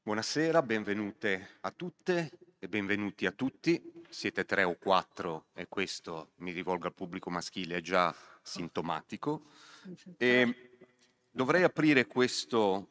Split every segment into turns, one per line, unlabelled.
Buonasera, benvenute a tutte e benvenuti a tutti. Siete 3 o 4 e questo, mi rivolgo al pubblico maschile, è già sintomatico. Dovrei aprire questo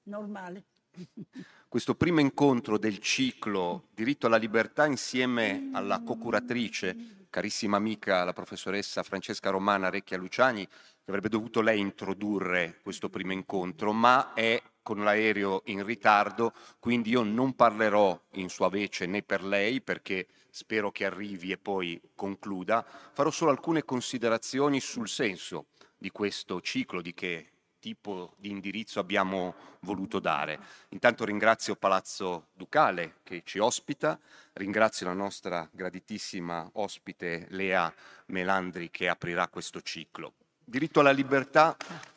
primo incontro del ciclo Diritto alla Libertà insieme alla co-curatrice, carissima amica, la professoressa Francesca Romana Recchia Luciani, che avrebbe dovuto lei introdurre questo primo incontro, ma è con l'aereo in ritardo, quindi io non parlerò in sua vece né per lei, perché spero che arrivi e poi concluda. Farò solo alcune considerazioni sul senso di questo ciclo, di che tipo di indirizzo abbiamo voluto dare. Intanto ringrazio Palazzo Ducale che ci ospita, ringrazio la nostra graditissima ospite Lea Melandri che aprirà questo ciclo. Diritto alla libertà.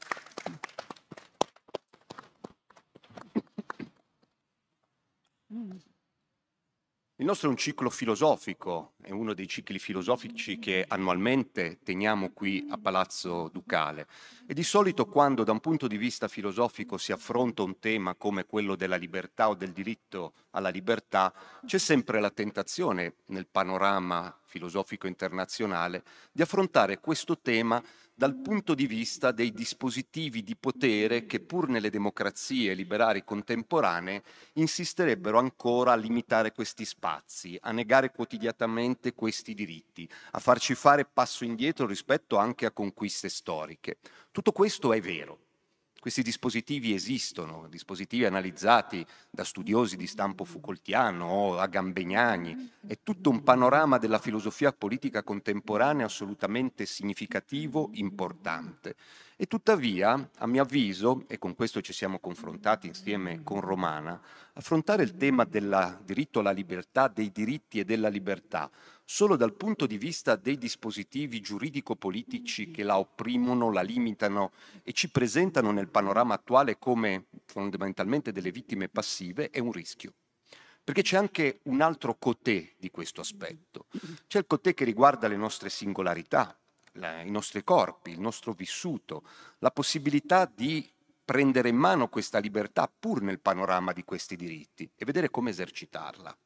Il nostro è un ciclo filosofico, è uno dei cicli filosofici che annualmente teniamo qui a Palazzo Ducale e di solito quando da un punto di vista filosofico si affronta un tema come quello della libertà o del diritto alla libertà, c'è sempre la tentazione nel panorama filosofico internazionale di affrontare questo tema dal punto di vista dei dispositivi di potere che pur nelle democrazie liberali contemporanee insisterebbero ancora a limitare questi spazi, a negare quotidianamente questi diritti, a farci fare passo indietro rispetto anche a conquiste storiche. Tutto questo è vero. Questi dispositivi esistono, dispositivi analizzati da studiosi di stampo Foucaultiano o agambeniani, è tutto un panorama della filosofia politica contemporanea assolutamente significativo, importante. E tuttavia, a mio avviso, e con questo ci siamo confrontati insieme con Romana, affrontare il tema del diritto alla libertà, dei diritti e della libertà, solo dal punto di vista dei dispositivi giuridico-politici che la opprimono, la limitano e ci presentano nel panorama attuale come fondamentalmente delle vittime passive, è un rischio. Perché c'è anche un altro cotè di questo aspetto. C'è il cotè che riguarda le nostre singolarità, i nostri corpi, il nostro vissuto, la possibilità di prendere in mano questa libertà pur nel panorama di questi diritti e vedere come esercitarla.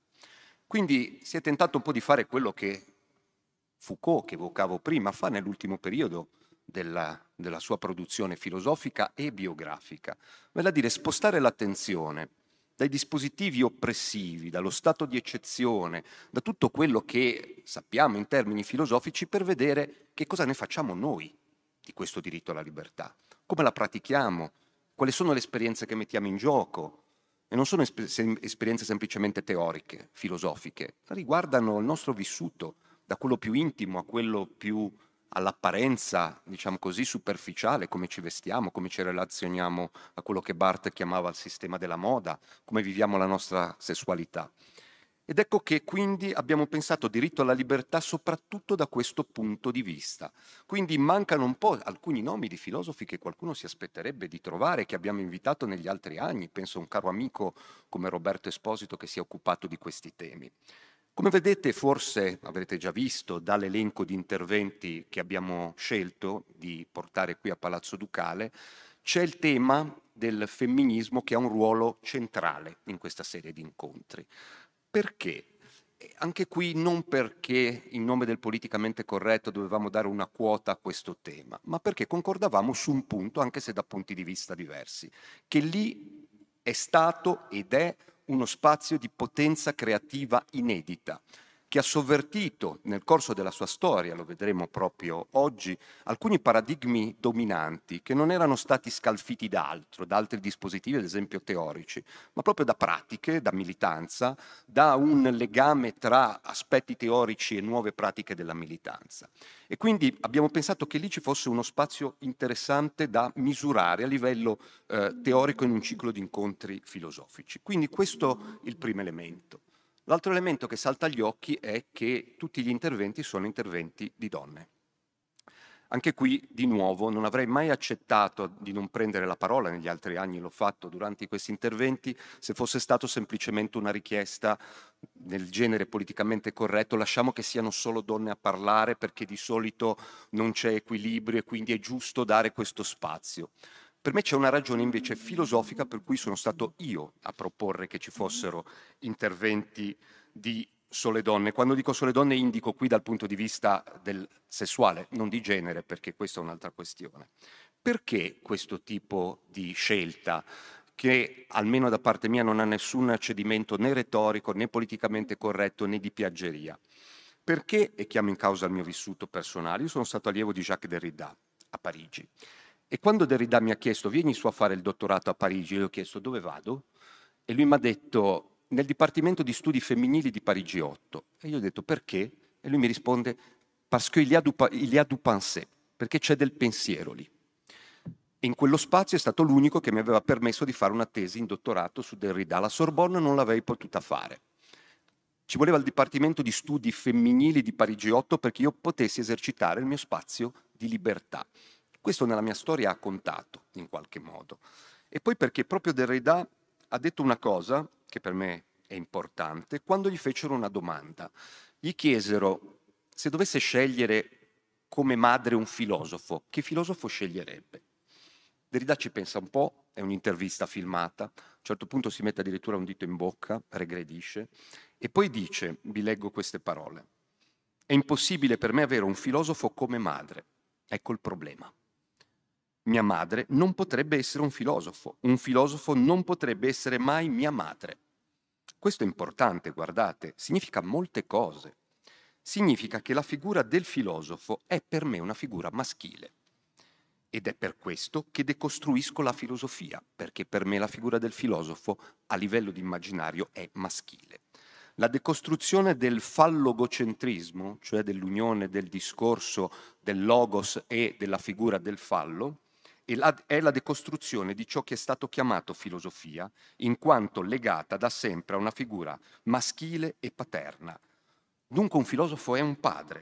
Quindi si è tentato un po' di fare quello che Foucault, che evocavo prima, fa nell'ultimo periodo della sua produzione filosofica e biografica, vale a dire spostare l'attenzione dai dispositivi oppressivi, dallo stato di eccezione, da tutto quello che sappiamo in termini filosofici per vedere che cosa ne facciamo noi di questo diritto alla libertà, come la pratichiamo, quali sono le esperienze che mettiamo in gioco. E non sono esperienze semplicemente teoriche, filosofiche, riguardano il nostro vissuto, da quello più intimo a quello più all'apparenza, diciamo così, superficiale, come ci vestiamo, come ci relazioniamo a quello che Barthes chiamava il sistema della moda, come viviamo la nostra sessualità. Ed ecco che quindi abbiamo pensato diritto alla libertà soprattutto da questo punto di vista. Quindi mancano un po' alcuni nomi di filosofi che qualcuno si aspetterebbe di trovare, che abbiamo invitato negli altri anni. Penso a un caro amico come Roberto Esposito che si è occupato di questi temi. Come vedete, forse avrete già visto dall'elenco di interventi che abbiamo scelto di portare qui a Palazzo Ducale, c'è il tema del femminismo che ha un ruolo centrale in questa serie di incontri. Perché? Anche qui non perché in nome del politicamente corretto dovevamo dare una quota a questo tema, ma perché concordavamo su un punto, anche se da punti di vista diversi, che lì è stato ed è uno spazio di potenza creativa inedita, che ha sovvertito nel corso della sua storia, lo vedremo proprio oggi, alcuni paradigmi dominanti che non erano stati scalfiti da altro, da altri dispositivi, ad esempio teorici, ma proprio da pratiche, da militanza, da un legame tra aspetti teorici e nuove pratiche della militanza. E quindi abbiamo pensato che lì ci fosse uno spazio interessante da misurare a livello teorico in un ciclo di incontri filosofici. Quindi questo è il primo elemento. L'altro elemento che salta agli occhi è che tutti gli interventi sono interventi di donne. Anche qui, di nuovo, non avrei mai accettato di non prendere la parola, negli altri anni l'ho fatto durante questi interventi, se fosse stato semplicemente una richiesta nel genere politicamente corretto, lasciamo che siano solo donne a parlare perché di solito non c'è equilibrio e quindi è giusto dare questo spazio. Per me c'è una ragione invece filosofica per cui sono stato io a proporre che ci fossero interventi di sole donne. Quando dico sole donne indico qui dal punto di vista del sessuale, non di genere, perché questa è un'altra questione. Perché questo tipo di scelta, che almeno da parte mia non ha nessun cedimento né retorico, né politicamente corretto, né di piaggeria? Perché, e chiamo in causa il mio vissuto personale, io sono stato allievo di Jacques Derrida a Parigi. E quando Derrida mi ha chiesto vieni su a fare il dottorato a Parigi, io gli ho chiesto dove vado? E lui mi ha detto nel Dipartimento di Studi Femminili di Parigi 8. E io ho detto perché? E lui mi risponde parce qu'il y a du pensée, perché c'è del pensiero lì. E in quello spazio è stato l'unico che mi aveva permesso di fare una tesi in dottorato su Derrida. La Sorbonne non l'avrei potuta fare. Ci voleva il Dipartimento di Studi Femminili di Parigi 8 perché io potessi esercitare il mio spazio di libertà. Questo nella mia storia ha contato in qualche modo. E poi perché proprio Derrida ha detto una cosa che per me è importante quando gli fecero una domanda. Gli chiesero se dovesse scegliere come madre un filosofo, che filosofo sceglierebbe? Derrida ci pensa un po', è un'intervista filmata, a un certo punto si mette addirittura un dito in bocca, regredisce, e poi dice, vi leggo queste parole, è impossibile per me avere un filosofo come madre. Ecco il problema. Mia madre non potrebbe essere un filosofo non potrebbe essere mai mia madre. Questo è importante, guardate, significa molte cose. Significa che la figura del filosofo è per me una figura maschile. Ed è per questo che decostruisco la filosofia, perché per me la figura del filosofo a livello di immaginario è maschile. La decostruzione del fallogocentrismo, cioè dell'unione del discorso del logos e della figura del fallo, è la decostruzione di ciò che è stato chiamato filosofia, in quanto legata da sempre a una figura maschile e paterna. Dunque un filosofo è un padre,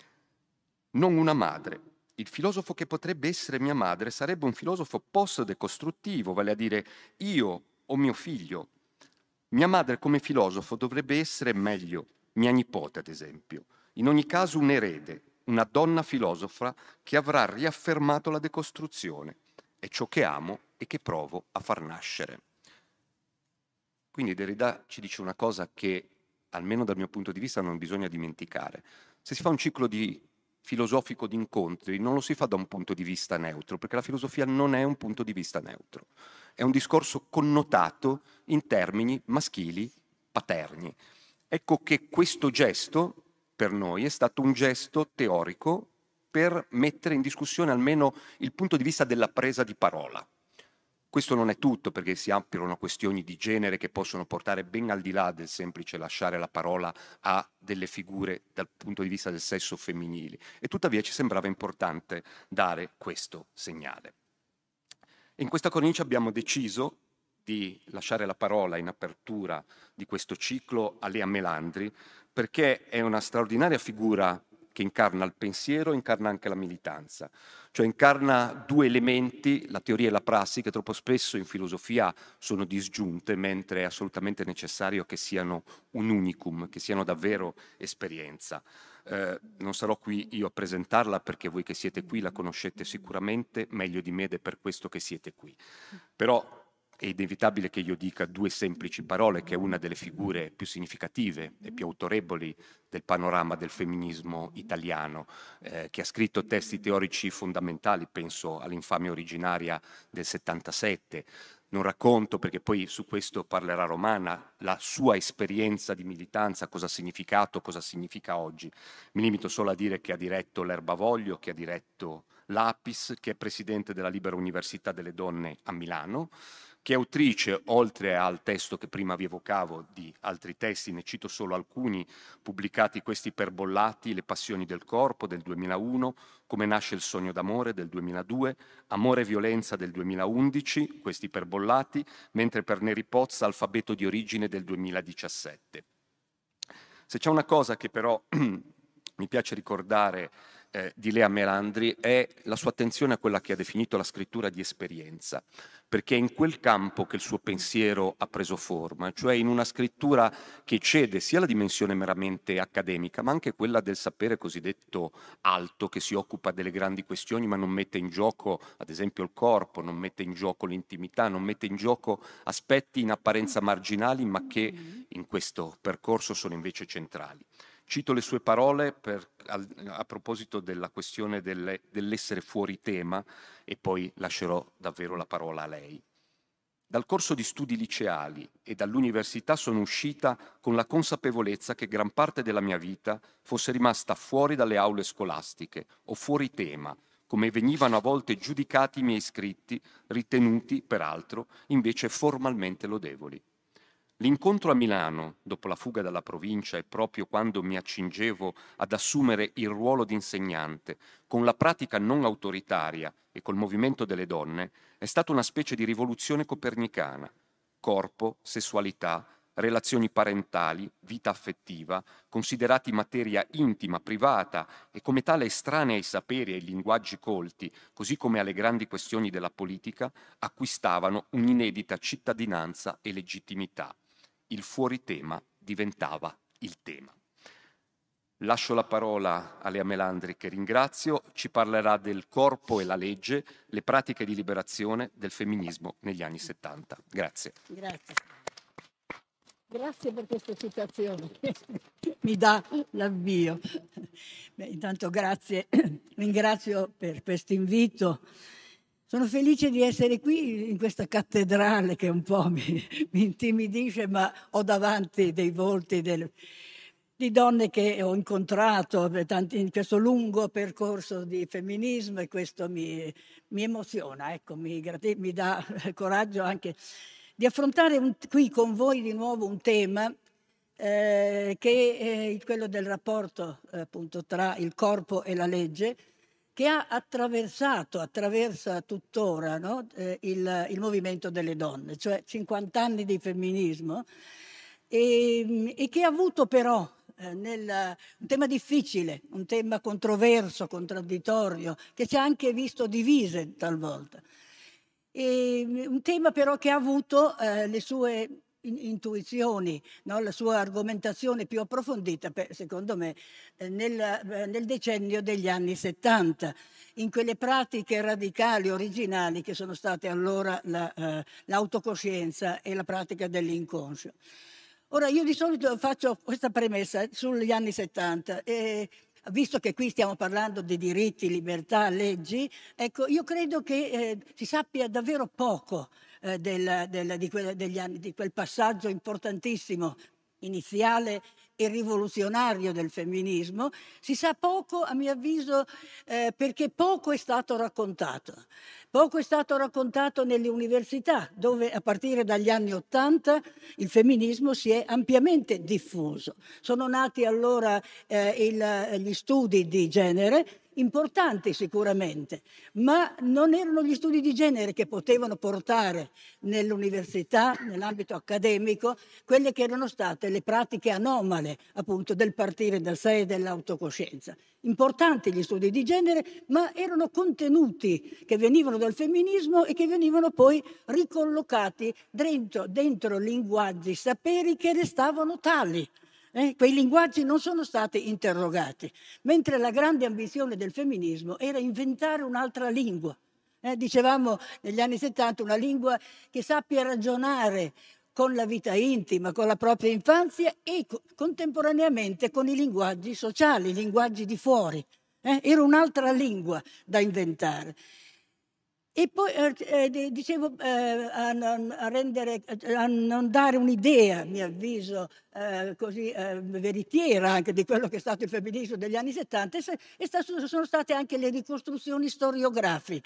non una madre. Il filosofo che potrebbe essere mia madre sarebbe un filosofo post-decostruttivo, vale a dire io o mio figlio. Mia madre come filosofo dovrebbe essere meglio, mia nipote ad esempio. In ogni caso un erede, una donna filosofa che avrà riaffermato la decostruzione. È ciò che amo e che provo a far nascere. Quindi Derrida ci dice una cosa che, almeno dal mio punto di vista, non bisogna dimenticare. Se si fa un ciclo filosofico di incontri, non lo si fa da un punto di vista neutro, perché la filosofia non è un punto di vista neutro. È un discorso connotato in termini maschili, paterni. Ecco che questo gesto, per noi, è stato un gesto teorico per mettere in discussione almeno il punto di vista della presa di parola. Questo non è tutto, perché si aprono questioni di genere che possono portare ben al di là del semplice lasciare la parola a delle figure dal punto di vista del sesso femminile. E tuttavia ci sembrava importante dare questo segnale. In questa cornice abbiamo deciso di lasciare la parola in apertura di questo ciclo a Lea Melandri, perché è una straordinaria figura che incarna il pensiero, incarna anche la militanza, cioè incarna due elementi, la teoria e la prassi, che troppo spesso in filosofia sono disgiunte, mentre è assolutamente necessario che siano un unicum, che siano davvero esperienza. Non sarò qui io a presentarla perché voi che siete qui la conoscete sicuramente meglio di me ed è per questo che siete qui. Però è inevitabile che io dica due semplici parole, che è una delle figure più significative e più autorevoli del panorama del femminismo italiano, che ha scritto testi teorici fondamentali, penso all'Infamia originaria del 77. Non racconto, perché poi su questo parlerà Romana, la sua esperienza di militanza, cosa ha significato, cosa significa oggi. Mi limito solo a dire che ha diretto l'Erbavoglio, che ha diretto l'Apis, che è presidente della Libera Università delle Donne a Milano, che è autrice, oltre al testo che prima vi evocavo, di altri testi, ne cito solo alcuni, pubblicati questi per Bollati, Le passioni del corpo del 2001, Come nasce il sogno d'amore del 2002, Amore e violenza del 2011, questi per Bollati, mentre per Neri Pozza Alfabeto di origine del 2017. Se c'è una cosa che però mi piace ricordare di Lea Melandri è la sua attenzione a quella che ha definito la scrittura di esperienza, perché è in quel campo che il suo pensiero ha preso forma, cioè in una scrittura che cede sia la dimensione meramente accademica, ma anche quella del sapere cosiddetto alto, che si occupa delle grandi questioni, ma non mette in gioco, ad esempio, il corpo, non mette in gioco l'intimità, non mette in gioco aspetti in apparenza marginali, ma che in questo percorso sono invece centrali. Cito le sue parole a proposito della questione dell'essere fuori tema e poi lascerò davvero la parola a lei. Dal corso di studi liceali e dall'università sono uscita con la consapevolezza che gran parte della mia vita fosse rimasta fuori dalle aule scolastiche o fuori tema, come venivano a volte giudicati i miei scritti, ritenuti, peraltro, invece formalmente lodevoli. L'incontro a Milano, dopo la fuga dalla provincia e proprio quando mi accingevo ad assumere il ruolo di insegnante, con la pratica non autoritaria e col movimento delle donne, è stata una specie di rivoluzione copernicana. Corpo, sessualità, relazioni parentali, vita affettiva, considerati materia intima, privata e come tale estranea ai saperi e ai linguaggi colti, così come alle grandi questioni della politica, acquistavano un'inedita cittadinanza e legittimità. Il fuori tema diventava il tema. Lascio la parola a Lea Melandri, che ringrazio. Ci parlerà del corpo e la legge, le pratiche di liberazione del femminismo negli anni 70. Grazie.
Grazie. Grazie per questa citazione. Mi dà l'avvio. Intanto grazie, ringrazio per questo invito. Sono felice di essere qui in questa cattedrale che un po' mi intimidisce, ma ho davanti dei volti di donne che ho incontrato in questo lungo percorso di femminismo e questo mi emoziona, ecco, mi dà coraggio anche di affrontare qui con voi di nuovo un tema che è quello del rapporto appunto tra il corpo e la legge, che ha attraversa tuttora, no? il movimento delle donne, cioè 50 anni di femminismo, e che ha avuto però un tema difficile, un tema controverso, contraddittorio, che ci ha anche visto divise talvolta. Un tema però che ha avuto le sue intuizioni, no? La sua argomentazione più approfondita, secondo me, nel decennio degli anni 70, in quelle pratiche radicali, originali, che sono state allora l'autocoscienza e la pratica dell'inconscio. Ora, io di solito faccio questa premessa sugli anni 70 e visto che qui stiamo parlando di diritti, libertà, leggi, ecco, io credo che si sappia davvero poco di quel passaggio importantissimo, iniziale e rivoluzionario del femminismo. Si sa poco, a mio avviso, perché poco è stato raccontato. Poco è stato raccontato nelle università, dove a partire dagli anni '80 il femminismo si è ampiamente diffuso. Sono nati allora gli studi di genere, importanti sicuramente, ma non erano gli studi di genere che potevano portare nell'università, nell'ambito accademico, quelle che erano state le pratiche anomale, appunto, del partire da sé e dell'autocoscienza. Importanti gli studi di genere, ma erano contenuti che venivano dal femminismo e che venivano poi ricollocati dentro linguaggi, saperi che restavano tali. Quei linguaggi non sono stati interrogati, mentre la grande ambizione del femminismo era inventare un'altra lingua. Dicevamo negli anni 70 una lingua che sappia ragionare con la vita intima, con la propria infanzia e contemporaneamente con i linguaggi sociali, i linguaggi di fuori. Era un'altra lingua da inventare. E poi dicevo a non dare un'idea, a mio avviso, così veritiera anche di quello che è stato il femminismo degli anni 70, sono state anche le ricostruzioni storiografiche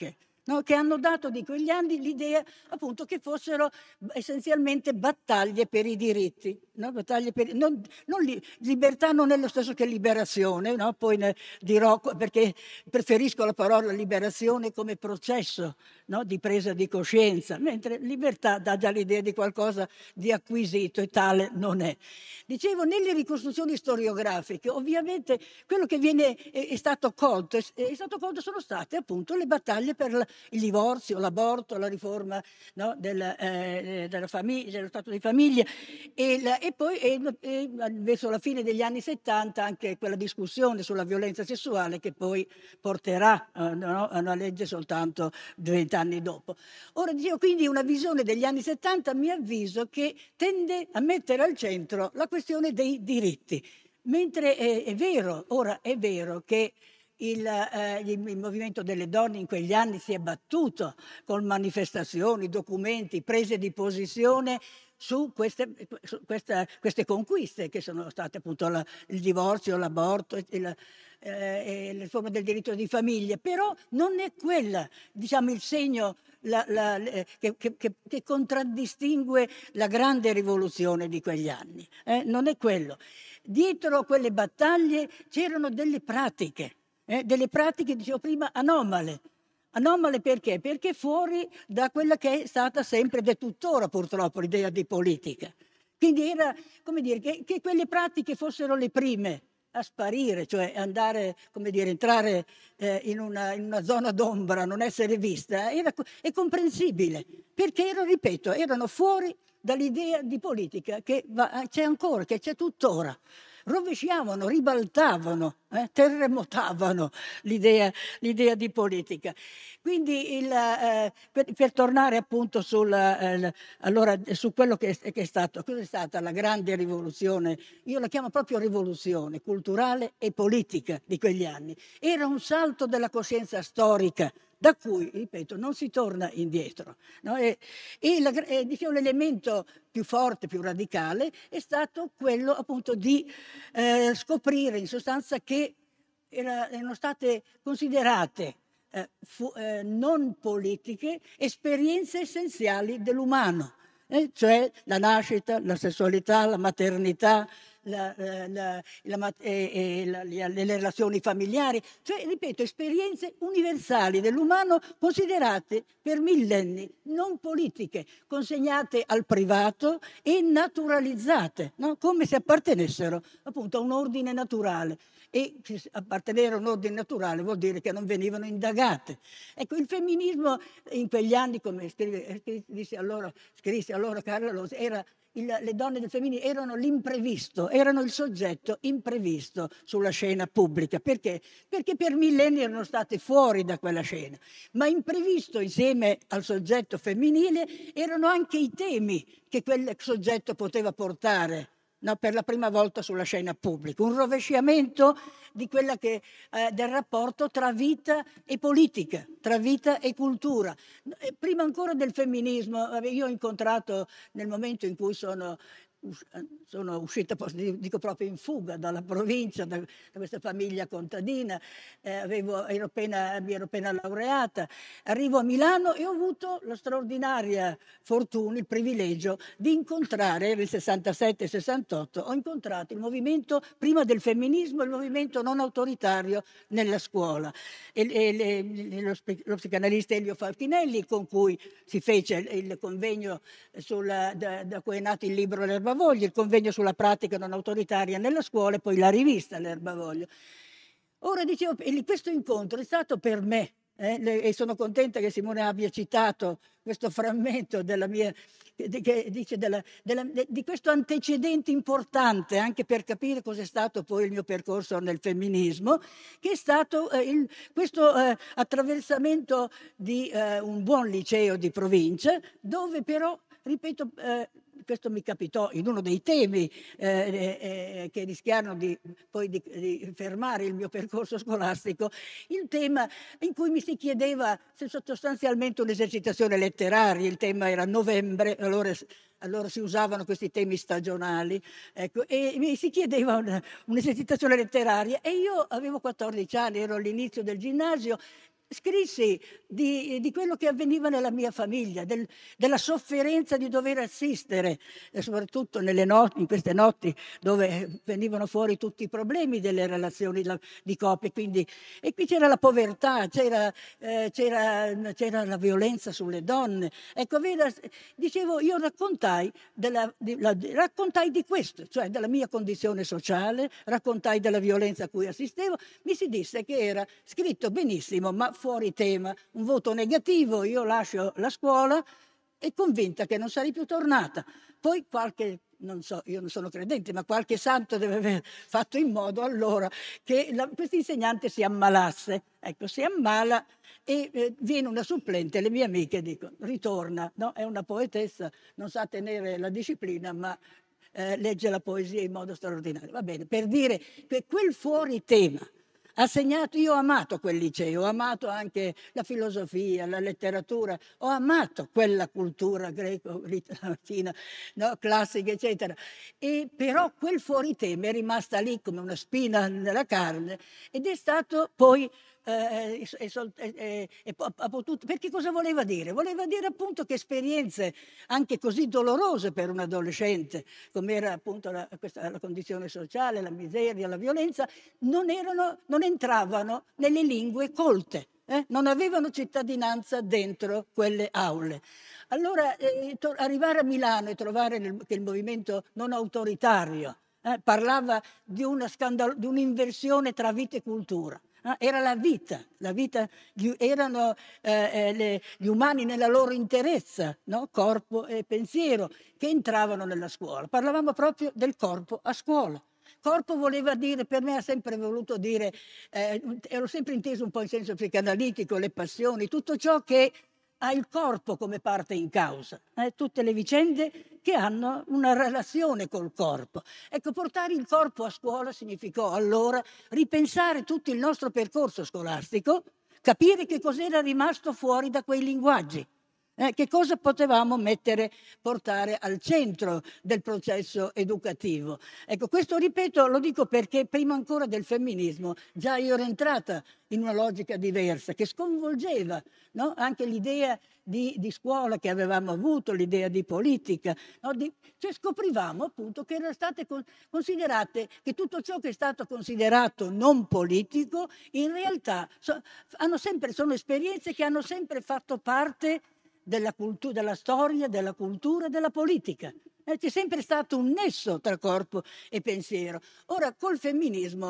no? Che hanno dato di quegli anni l'idea appunto che fossero essenzialmente battaglie per i diritti, no? Battaglie per, libertà non è lo stesso che liberazione, no? Poi ne dirò perché preferisco la parola liberazione come processo, no? Di presa di coscienza, mentre libertà dà già l'idea di qualcosa di acquisito e tale non è. Dicevo, nelle ricostruzioni storiografiche ovviamente quello che è stato colto sono state appunto le battaglie per il divorzio, l'aborto, la riforma, no? della famiglia, dello stato di famiglia e poi verso la fine degli anni 70 anche quella discussione sulla violenza sessuale che poi porterà no? a una legge soltanto 20 anni dopo. Ora dicevo, quindi una visione degli anni 70 a mio avviso che tende a mettere al centro la questione dei diritti, mentre è vero che il movimento delle donne in quegli anni si è battuto con manifestazioni, documenti, prese di posizione su queste conquiste che sono state appunto il divorzio, l'aborto e la riforma del diritto di famiglia, però non è quella, diciamo, il segno che contraddistingue la grande rivoluzione di quegli anni. Non è quello. Dietro quelle battaglie c'erano delle pratiche, dicevo prima, anomale. Anomale perché? Perché fuori da quella che è stata sempre ed è tuttora purtroppo l'idea di politica. Quindi era, come dire, che quelle pratiche fossero le prime a sparire, cioè andare, come dire, entrare in una zona d'ombra, non essere vista, è comprensibile, perché ripeto, erano fuori dall'idea di politica che c'è ancora, che c'è tuttora. Rovesciavano, ribaltavano, terremotavano l'idea di politica. Quindi per tornare appunto allora, su quello che è stato, cosa è stata la grande rivoluzione, io la chiamo proprio rivoluzione culturale e politica di quegli anni. Era un salto della coscienza storica da cui, ripeto, non si torna indietro. No? Diciamo, l'elemento più forte, più radicale, è stato quello appunto di scoprire in sostanza che erano state considerate non politiche esperienze essenziali dell'umano, cioè la nascita, la sessualità, la maternità, le relazioni familiari, cioè, ripeto, esperienze universali dell'umano considerate per millenni non politiche, consegnate al privato e naturalizzate, no? Come se appartenessero appunto a un ordine naturale. E appartenere a un ordine naturale vuol dire che non venivano indagate. Ecco, il femminismo in quegli anni, come scrisse allora Carla Rosi, le donne del femminismo erano l'imprevisto, erano il soggetto imprevisto sulla scena pubblica. Perché? Perché per millenni erano state fuori da quella scena. Ma imprevisto insieme al soggetto femminile erano anche i temi che quel soggetto poteva portare, no, per la prima volta sulla scena pubblica, un rovesciamento di quella del rapporto tra vita e politica, tra vita e cultura. Prima ancora del femminismo, io ho incontrato nel momento in cui sono uscita, dico proprio in fuga dalla provincia, da questa famiglia contadina, mi ero appena laureata, arrivo a Milano e ho avuto la straordinaria fortuna, il privilegio di incontrare, nel 67-68, ho incontrato il movimento, prima del femminismo, il movimento non autoritario nella scuola. Lo psicanalista Elio Falchinelli, con cui si fece il convegno da cui è nato il libro L'Erbavoglio, il convegno sulla pratica non autoritaria nella scuola e poi la rivista L'Erbavoglio. Ora dicevo, questo incontro è stato per me, e sono contenta che Simone abbia citato questo frammento che dice di questo antecedente importante anche per capire cos'è stato poi il mio percorso nel femminismo, che è stato questo attraversamento di un buon liceo di provincia, dove però, ripeto, questo mi capitò in uno dei temi che rischiarono di fermare il mio percorso scolastico, il tema in cui mi si chiedeva se sostanzialmente un'esercitazione letteraria, il tema era novembre, allora si usavano questi temi stagionali, ecco, e mi si chiedeva un'esercitazione letteraria e io avevo 14 anni, ero all'inizio del ginnasio. scrissi di quello che avveniva nella mia famiglia, della sofferenza di dover assistere, soprattutto in queste notti dove venivano fuori tutti i problemi delle relazioni di coppia. E qui c'era la povertà, c'era la violenza sulle donne. Ecco, dicevo, io raccontai di questo, cioè della mia condizione sociale, raccontai della violenza a cui assistevo. Mi si disse che era scritto benissimo, ma fuori tema, un voto negativo, io lascio la scuola e convinta che non sarei più tornata. Poi non so, io non sono credente, ma qualche santo deve aver fatto in modo allora che questo insegnante si ammalasse. Ecco, si ammala e viene una supplente, le mie amiche dicono, ritorna, no? È una poetessa, non sa tenere la disciplina, ma legge la poesia in modo straordinario. Va bene, per dire che quel fuori tema ha segnato, io ho amato quel liceo, ho amato anche la filosofia, la letteratura, ho amato quella cultura greco-latina, no? Classica, eccetera. E però quel fuori tema è rimasta lì come una spina nella carne ed è stato poi ha potuto, perché cosa voleva dire? Voleva dire appunto che esperienze anche così dolorose per un adolescente, come era appunto la condizione sociale, la miseria, la violenza, non entravano nelle lingue colte, non avevano cittadinanza dentro quelle aule. Allora arrivare a Milano e trovare che il movimento non autoritario parlava di un'inversione tra vita e cultura. Era la vita erano gli umani nella loro interezza, no? Corpo e pensiero, che entravano nella scuola. Parlavamo proprio del corpo a scuola. Corpo voleva dire, per me ha sempre voluto dire, ero sempre inteso un po' in senso psicanalitico, le passioni, tutto ciò che ha il corpo come parte in causa, tutte le vicende che hanno una relazione col corpo. Ecco, portare il corpo a scuola significò allora ripensare tutto il nostro percorso scolastico, capire che cos'era rimasto fuori da quei linguaggi, che cosa potevamo portare al centro del processo educativo. Ecco, questo ripeto, lo dico perché prima ancora del femminismo già io ero entrata in una logica diversa che sconvolgeva, no? Anche l'idea di scuola che avevamo avuto, l'idea di politica, no? Cioè scoprivamo appunto che erano state considerate, che tutto ciò che è stato considerato non politico in realtà sono esperienze che hanno sempre fatto parte della storia, della cultura, della politica. C'è sempre stato un nesso tra corpo e pensiero. Ora, col femminismo,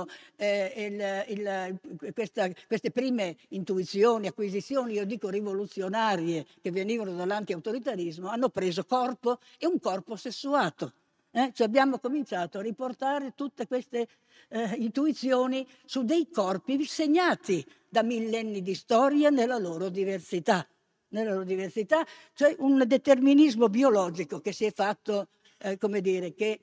queste prime intuizioni, acquisizioni, io dico rivoluzionarie, che venivano dall'anti-autoritarismo, hanno preso corpo e un corpo sessuato. Cioè abbiamo cominciato a riportare tutte queste intuizioni su dei corpi segnati da millenni di storia nella loro diversità, cioè un determinismo biologico che si è fatto, come dire, che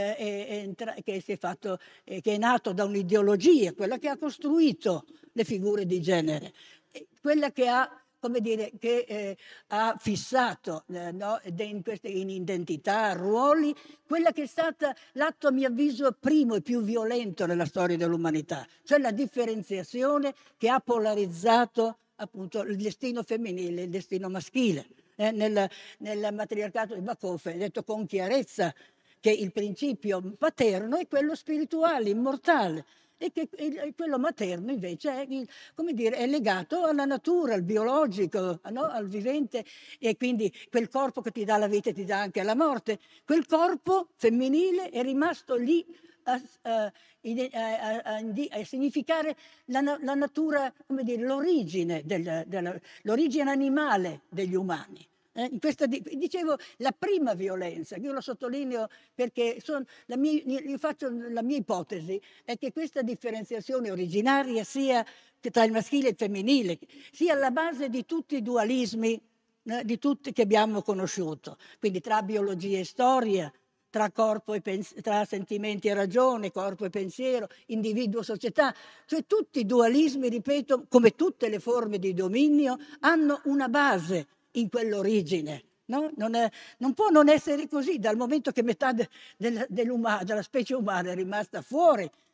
è nato da un'ideologia, quella che ha costruito le figure di genere, quella che ha, come dire, ha fissato in identità, ruoli, quella che è stata l'atto, a mio avviso, primo e più violento nella storia dell'umanità, cioè la differenziazione che ha polarizzato appunto il destino femminile e il destino maschile. Nel matriarcato di Bakofe è detto con chiarezza che il principio paterno è quello spirituale, immortale, e che quello materno invece è legato alla natura, al biologico, no? Al vivente, e quindi quel corpo che ti dà la vita ti dà anche la morte. Quel corpo femminile è rimasto lì a significare la natura, come dire, l'origine animale degli umani. Dicevo, la prima violenza, io lo sottolineo perché io faccio la mia ipotesi, è che questa differenziazione originaria sia tra il maschile e il femminile, sia alla base di tutti i dualismi di tutti che abbiamo conosciuto, quindi tra biologia e storia, tra corpo e tra sentimenti e ragione, corpo e pensiero, individuo e società, cioè tutti i dualismi, ripeto, come tutte le forme di dominio, hanno una base in quell'origine. No? Non può non essere così, dal momento che metà della specie umana è rimasta fuori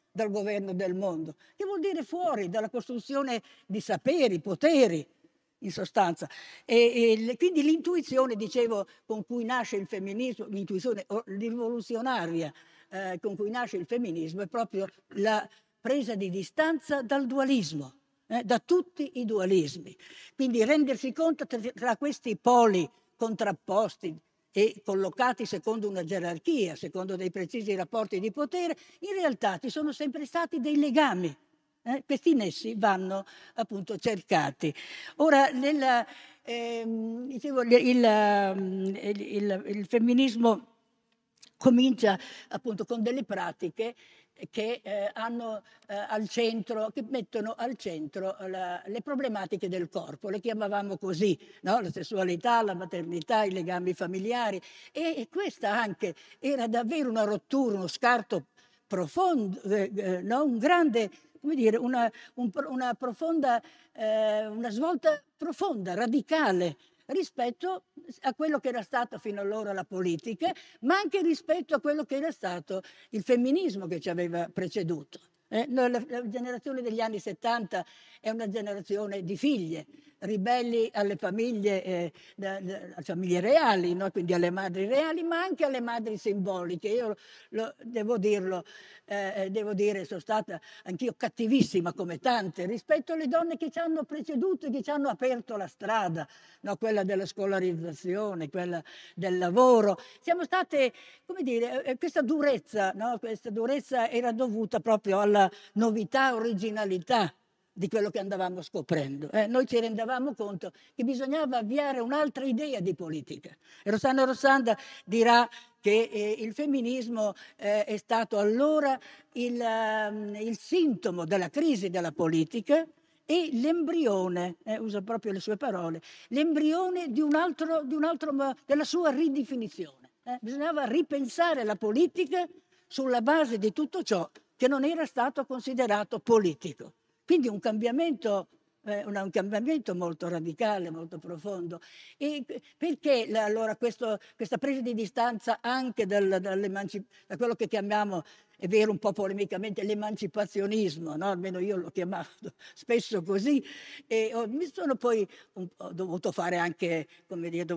dal governo del mondo, che vuol dire fuori dalla costruzione di saperi, poteri, in sostanza. Quindi l'intuizione, dicevo, con cui nasce il femminismo, l'intuizione rivoluzionaria con cui nasce il femminismo, è proprio la presa di distanza dal dualismo, da tutti i dualismi. Quindi rendersi conto tra questi poli contrapposti e collocati secondo una gerarchia, secondo dei precisi rapporti di potere, in realtà ci sono sempre stati dei legami. Questi nessi vanno appunto cercati. Ora, dicevo, il femminismo comincia appunto con delle pratiche che hanno al centro, che mettono al centro le problematiche del corpo, le chiamavamo così, no? La sessualità, la maternità, i legami familiari, e questa anche era davvero una rottura, uno scarto profondo, no? Un grande, come dire, una profonda, una svolta profonda, radicale, rispetto a quello che era stata fino allora la politica, ma anche rispetto a quello che era stato il femminismo che ci aveva preceduto. La generazione degli anni 70 è una generazione di figlie, ribelli alle famiglie reali, no? Quindi alle madri reali, ma anche alle madri simboliche. Io devo dirlo, devo dire, sono stata anch'io cattivissima come tante rispetto alle donne che ci hanno preceduto e che ci hanno aperto la strada, no? Quella della scolarizzazione, quella del lavoro. Siamo state, come dire, questa durezza, no? Questa durezza era dovuta proprio alla novità, originalità di quello che andavamo scoprendo. Noi ci rendevamo conto che bisognava avviare un'altra idea di politica. E Rossana Rossanda dirà che il femminismo è stato allora il sintomo della crisi della politica e l'embrione, usa proprio le sue parole, l'embrione della sua ridefinizione. Bisognava ripensare la politica sulla base di tutto ciò che non era stato considerato politico. Quindi un cambiamento molto radicale, molto profondo. E perché allora questa presa di distanza anche da quello che chiamiamo, è vero, un po' polemicamente, l'emancipazionismo, no? Almeno io l'ho chiamato spesso così, e mi sono poi ho dovuto fare anche, come dire,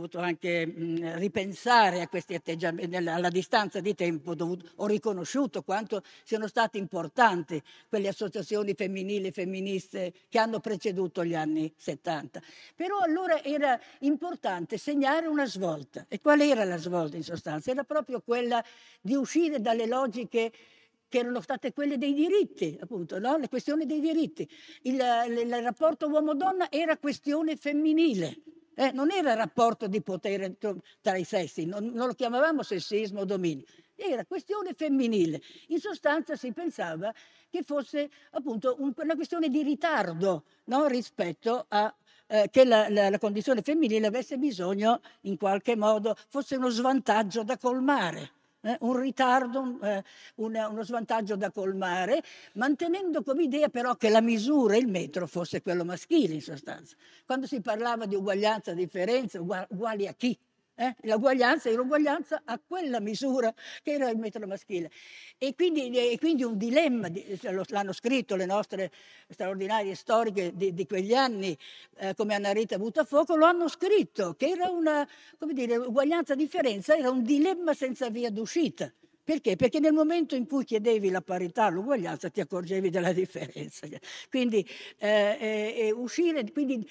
ripensare a questi atteggiamenti. Alla distanza di tempo ho riconosciuto quanto siano state importanti quelle associazioni femminili e femministe che hanno preceduto gli anni 70. Però allora era importante segnare una svolta. E qual era la svolta in sostanza? Era proprio quella di uscire dalle logiche che erano state quelle dei diritti, appunto, no? Le questioni dei diritti. Il rapporto uomo-donna era questione femminile, non era rapporto di potere tra i sessi, non lo chiamavamo sessismo o dominio, era questione femminile. In sostanza si pensava che fosse appunto una questione di ritardo, no? Rispetto a che la condizione femminile avesse bisogno, in qualche modo, fosse uno svantaggio da colmare. Un ritardo, uno svantaggio da colmare, mantenendo come idea però che la misura, il metro, fosse quello maschile in sostanza. Quando si parlava di uguaglianza, differenza, uguali a chi? L'uguaglianza era uguaglianza a quella misura che era il metro maschile. E quindi un dilemma, l'hanno scritto le nostre straordinarie storiche di quegli anni, come Anna Rita Buttafuoco, lo hanno scritto, che era uguaglianza-differenza era un dilemma senza via d'uscita. Perché? Perché nel momento in cui chiedevi la parità, l'uguaglianza, ti accorgevi della differenza. Quindi uscire,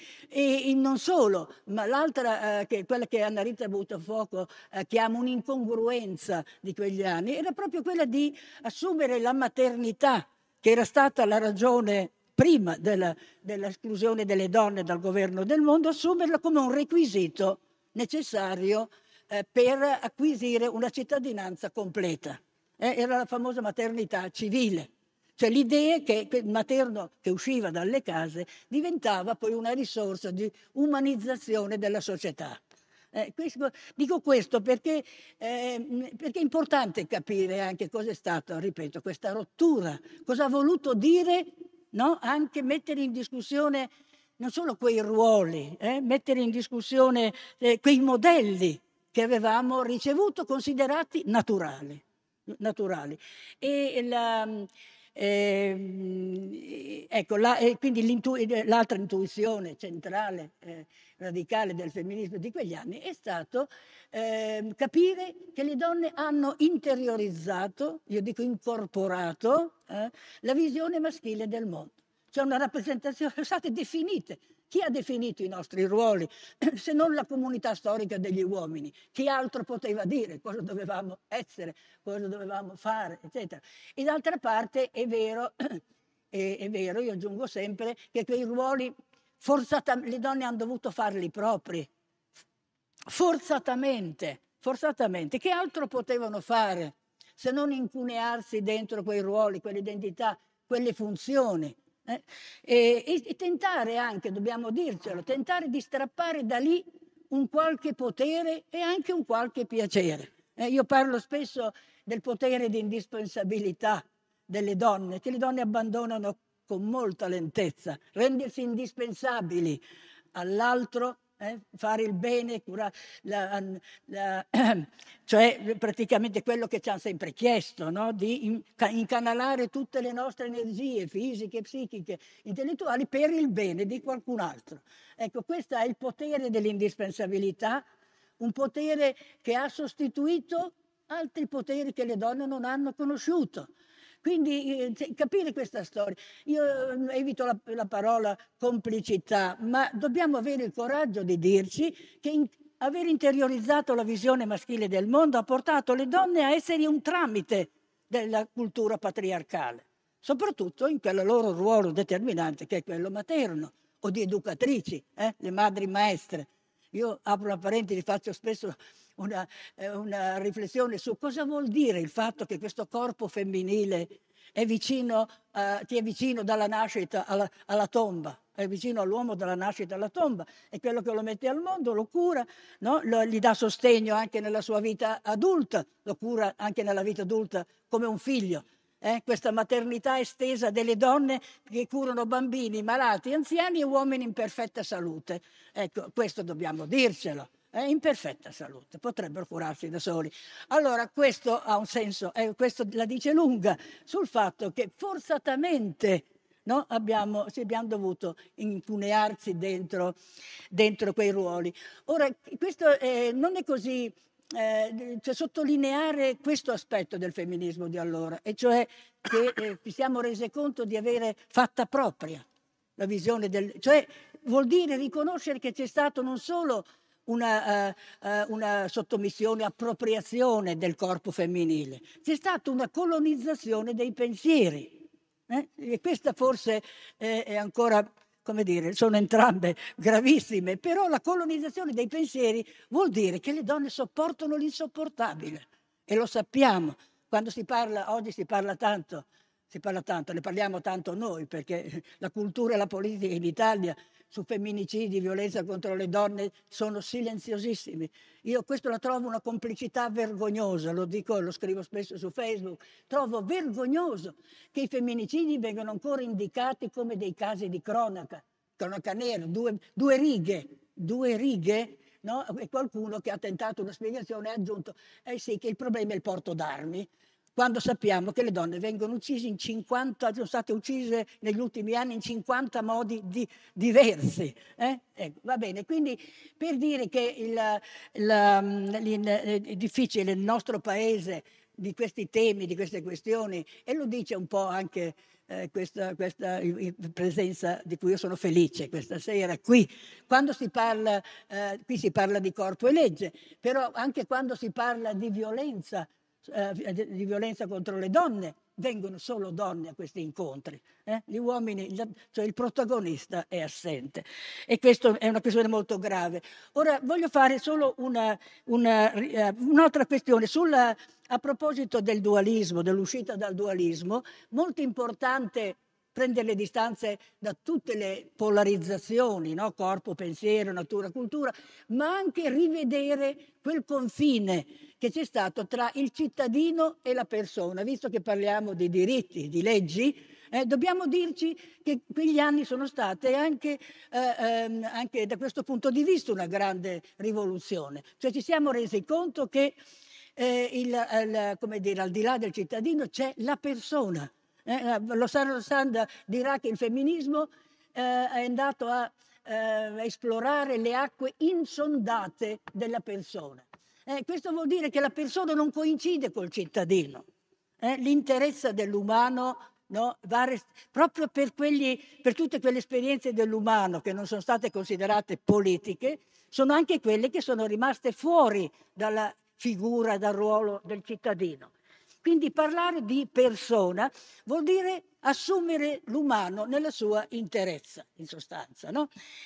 e non solo, ma l'altra, quella che Anna Rita Buttafuoco chiama un'incongruenza di quegli anni, era proprio quella di assumere la maternità, che era stata la ragione prima dell'esclusione delle donne dal governo del mondo, assumerla come un requisito necessario per acquisire una cittadinanza completa. Era la famosa maternità civile, cioè l'idea che il materno che usciva dalle case diventava poi una risorsa di umanizzazione della società. Dico questo perché è importante capire anche cosa è stata, ripeto, questa rottura, cosa ha voluto dire, no? Anche mettere in discussione non solo quei ruoli, mettere in discussione quei modelli che avevamo ricevuto, considerati naturali. Ecco, quindi l'altra intuizione centrale, radicale del femminismo di quegli anni è stato capire che le donne hanno interiorizzato, io dico incorporato, la visione maschile del mondo. C'è una rappresentazione, sono state definite. Chi ha definito i nostri ruoli se non la comunità storica degli uomini? Chi altro poteva dire cosa dovevamo essere, cosa dovevamo fare, eccetera. E d'altra parte è vero, io aggiungo sempre che quei ruoli le donne hanno dovuto farli propri, forzatamente. Che altro potevano fare se non incunearsi dentro quei ruoli, quelle identità, quelle funzioni? E tentare anche, dobbiamo dircelo, tentare di strappare da lì un qualche potere e anche un qualche piacere. Io parlo spesso del potere di indispensabilità delle donne, che le donne abbandonano con molta lentezza, rendersi indispensabili all'altro, fare il bene, curare, cioè praticamente quello che ci hanno sempre chiesto, no? Di incanalare tutte le nostre energie fisiche, psichiche, intellettuali per il bene di qualcun altro. Ecco, questo è il potere dell'indispensabilità, un potere che ha sostituito altri poteri che le donne non hanno conosciuto. Quindi capire questa storia. Io evito la parola complicità, ma dobbiamo avere il coraggio di dirci che aver interiorizzato la visione maschile del mondo ha portato le donne a essere un tramite della cultura patriarcale, soprattutto in quel loro ruolo determinante che è quello materno o di educatrici, le madri maestre. Io apro una parentesi, faccio spesso una riflessione su cosa vuol dire il fatto che questo corpo femminile è vicino, ti è vicino dalla nascita alla tomba, è vicino all'uomo dalla nascita alla tomba, è quello che lo mette al mondo, lo cura, no? Gli dà sostegno anche nella sua vita adulta, lo cura anche nella vita adulta come un figlio. Questa maternità estesa delle donne che curano bambini, malati, anziani e uomini in perfetta salute. Ecco, questo dobbiamo dircelo. In perfetta salute, potrebbero curarsi da soli. Allora questo ha un senso, questo la dice lunga sul fatto che forzatamente, no, abbiamo dovuto incunearsi dentro quei ruoli. Ora, questo non è così, cioè sottolineare questo aspetto del femminismo di allora, e cioè che ci siamo resi conto di avere fatta propria la visione cioè vuol dire riconoscere che c'è stato non solo una sottomissione, appropriazione del corpo femminile, c'è stata una colonizzazione dei pensieri. E questa forse è ancora, come dire, sono entrambe gravissime, però la colonizzazione dei pensieri vuol dire che le donne sopportano l'insopportabile, e lo sappiamo. Quando si parla, oggi si parla tanto, ne parliamo tanto noi, perché la cultura e la politica in Italia su femminicidi, violenza contro le donne sono silenziosissimi. Io questo la trovo una complicità vergognosa, lo dico, lo scrivo spesso su Facebook, trovo vergognoso che i femminicidi vengano ancora indicati come dei casi di cronaca nera, due righe, no? E qualcuno che ha tentato una spiegazione ha aggiunto, sì, che il problema è il porto d'armi, quando sappiamo che le donne vengono uccise in 50, sono state uccise negli ultimi anni in 50 modi diversi. Ecco, va bene, quindi per dire che è difficile nel nostro paese di questi temi, di queste questioni, e lo dice un po' anche questa presenza di cui io sono felice questa sera qui. Quando si parla, qui si parla di corpo e legge, però anche quando si parla di violenza contro le donne, vengono solo donne a questi incontri. Gli uomini, cioè il protagonista è assente, e questa è una questione molto grave. Ora voglio fare solo un'altra questione a proposito del dualismo, dell'uscita dal dualismo. Molto importante prendere le distanze da tutte le polarizzazioni, no? Corpo, pensiero, natura, cultura, ma anche rivedere quel confine che c'è stato tra il cittadino e la persona. Visto che parliamo di diritti, di leggi, dobbiamo dirci che quegli anni sono state anche da questo punto di vista una grande rivoluzione. Cioè ci siamo resi conto che come dire, al di là del cittadino c'è la persona. Lo Sand dirà che il femminismo è andato a esplorare le acque insondate della persona. Questo vuol dire che la persona non coincide col cittadino. L'interesse dell'umano, no, proprio per tutte quelle esperienze dell'umano che non sono state considerate politiche, sono anche quelle che sono rimaste fuori dalla figura, dal ruolo del cittadino. Quindi parlare di persona vuol dire assumere l'umano nella sua interezza, in sostanza, no?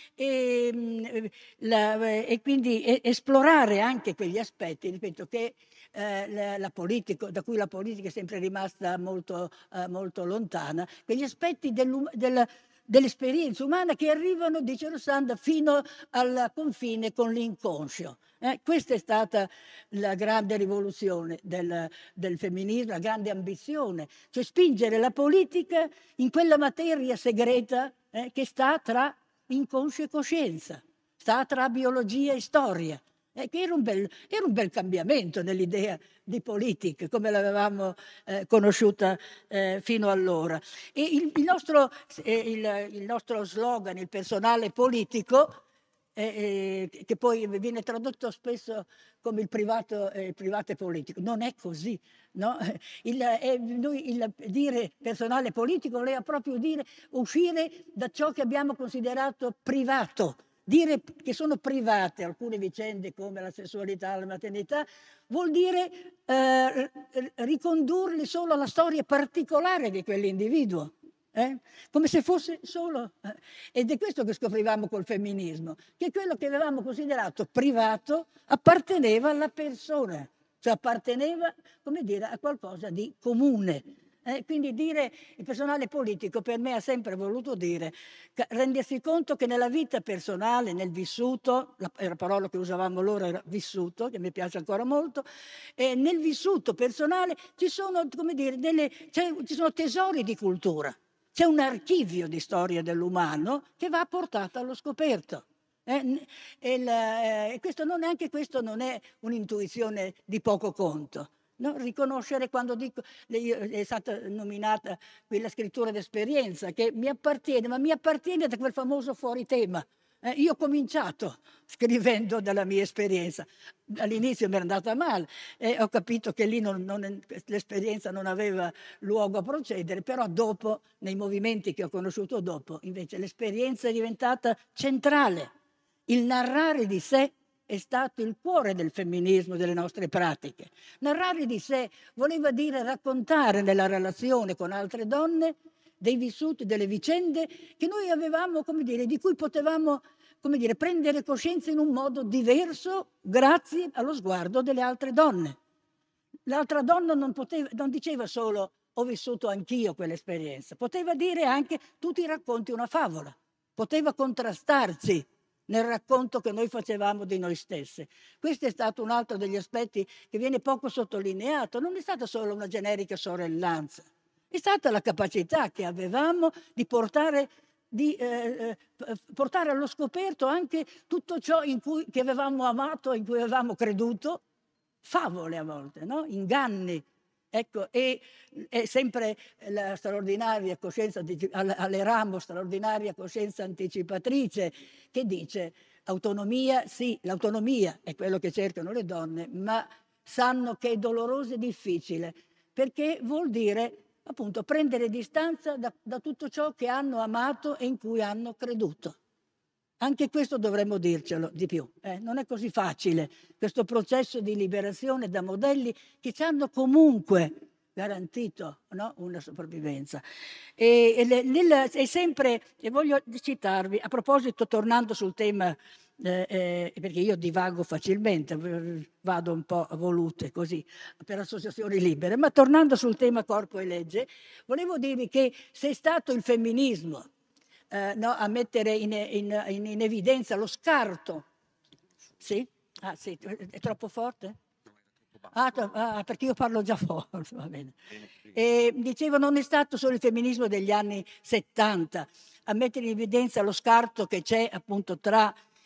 E quindi esplorare anche quegli aspetti, ripeto, che da cui la politica è sempre rimasta molto, molto lontana, quegli aspetti dell'esperienza umana che arrivano, dice Lo Sand, fino al confine con l'inconscio. Questa è stata la grande rivoluzione del femminismo, la grande ambizione, cioè spingere la politica in quella materia segreta che sta tra inconscio e coscienza, sta tra biologia e storia. Che era un bel cambiamento nell'idea di politica come l'avevamo conosciuta fino allora. E il nostro slogan, il personale politico, che poi viene tradotto spesso come il privato è politico, non è così, no? Il dire personale politico voleva proprio dire uscire da ciò che abbiamo considerato privato. Dire che sono private alcune vicende come la sessualità, la maternità, vuol dire ricondurle solo alla storia particolare di quell'individuo. Come se fosse solo. Ed è questo che scoprivamo col femminismo, che quello che avevamo considerato privato apparteneva alla persona, cioè apparteneva, come dire, a qualcosa di comune. Quindi dire il personale politico per me ha sempre voluto dire rendersi conto che nella vita personale, nel vissuto, la parola che usavamo allora era vissuto, che mi piace ancora molto, nel vissuto personale ci sono, come dire, ci sono tesori di cultura, c'è un archivio di storia dell'umano che va portato allo scoperto. Anche questo non è un'intuizione di poco conto. No? Riconoscere, quando dico, è stata nominata qui la scrittura d'esperienza, che mi appartiene, ma mi appartiene da quel famoso fuori tema. Io ho cominciato scrivendo della mia esperienza. All'inizio mi era andata male e ho capito che lì l'esperienza non aveva luogo a procedere, però dopo, nei movimenti che ho conosciuto dopo, invece l'esperienza è diventata centrale. Il narrare di sé è stato il cuore del femminismo, delle nostre pratiche. Narrare di sé voleva dire raccontare nella relazione con altre donne dei vissuti, delle vicende che noi avevamo, come dire, di cui potevamo, come dire, prendere coscienza in un modo diverso grazie allo sguardo delle altre donne. L'altra donna non diceva solo ho vissuto anch'io quell'esperienza, poteva dire anche tu ti racconti una favola, poteva contrastarci nel racconto che noi facevamo di noi stesse. Questo è stato un altro degli aspetti che viene poco sottolineato. Non è stata solo una generica sorellanza, è stata la capacità che avevamo di portare allo scoperto anche tutto ciò che avevamo amato, in cui avevamo creduto, favole a volte, no? Inganni. Ecco, e sempre la straordinaria coscienza, all'Eramo, straordinaria coscienza anticipatrice, che dice autonomia, sì, l'autonomia è quello che cercano le donne, ma sanno che è doloroso e difficile, perché vuol dire appunto prendere distanza da tutto ciò che hanno amato e in cui hanno creduto. Anche questo dovremmo dircelo di più. Non è così facile questo processo di liberazione da modelli che ci hanno comunque garantito, no? Una sopravvivenza. E voglio citarvi, a proposito, tornando sul tema, perché io divago facilmente, vado un po' a volute così, per associazioni libere, ma tornando sul tema corpo e legge, volevo dirvi che se è stato il femminismo a mettere in evidenza lo scarto. Sì? Sì, è troppo forte? Perché io parlo già forte, va bene. Dicevo, non è stato solo il femminismo degli anni 70 a mettere in evidenza lo scarto che c'è appunto tra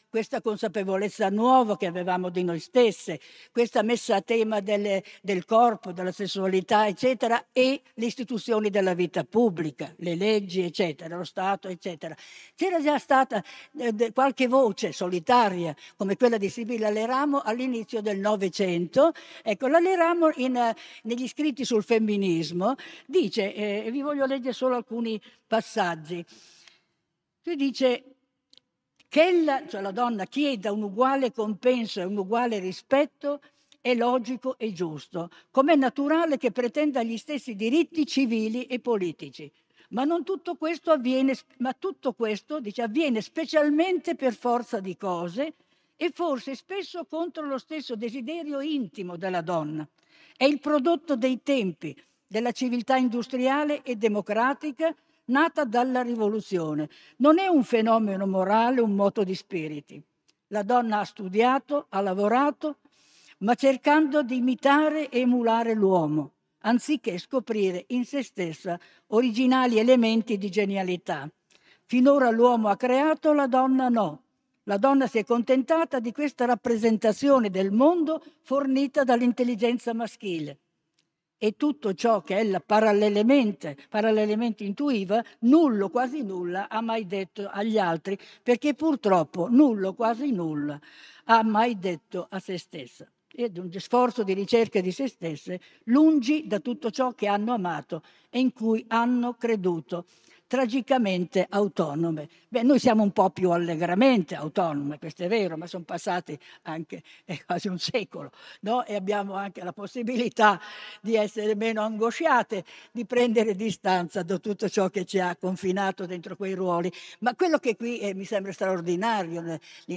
questa consapevolezza nuova che avevamo di noi stesse, questa messa a tema del corpo, della sessualità, eccetera, e le istituzioni della vita pubblica, le leggi, eccetera, lo Stato, eccetera. C'era già stata qualche voce solitaria, come quella di Sibilla Leramo all'inizio del Novecento. Ecco, la Leramo negli scritti sul femminismo dice, e vi voglio leggere solo alcuni passaggi, qui dice che ella, cioè la donna, chieda un uguale compenso e un uguale rispetto è logico e giusto, com'è naturale che pretenda gli stessi diritti civili e politici. Ma non tutto questo avviene, ma tutto questo, dice, avviene specialmente per forza di cose e forse spesso contro lo stesso desiderio intimo della donna. È il prodotto dei tempi, della civiltà industriale e democratica nata dalla rivoluzione. Non è un fenomeno morale, un moto di spiriti. La donna ha studiato, ha lavorato, ma cercando di imitare e emulare l'uomo, anziché scoprire in se stessa originali elementi di genialità. Finora l'uomo ha creato, la donna no. La donna si è contentata di questa rappresentazione del mondo fornita dall'intelligenza maschile. E tutto ciò che ella parallelamente intuiva, nullo, quasi nulla, ha mai detto agli altri, perché purtroppo nullo, quasi nulla, ha mai detto a se stessa. Ed un sforzo di ricerca di se stesse, lungi da tutto ciò che hanno amato e in cui hanno creduto, tragicamente autonome. Beh, noi siamo un po' più allegramente autonome, questo è vero, ma sono passati anche quasi un secolo, no? E abbiamo anche la possibilità di essere meno angosciate, di prendere distanza da tutto ciò che ci ha confinato dentro quei ruoli. Ma quello che qui mi sembra straordinario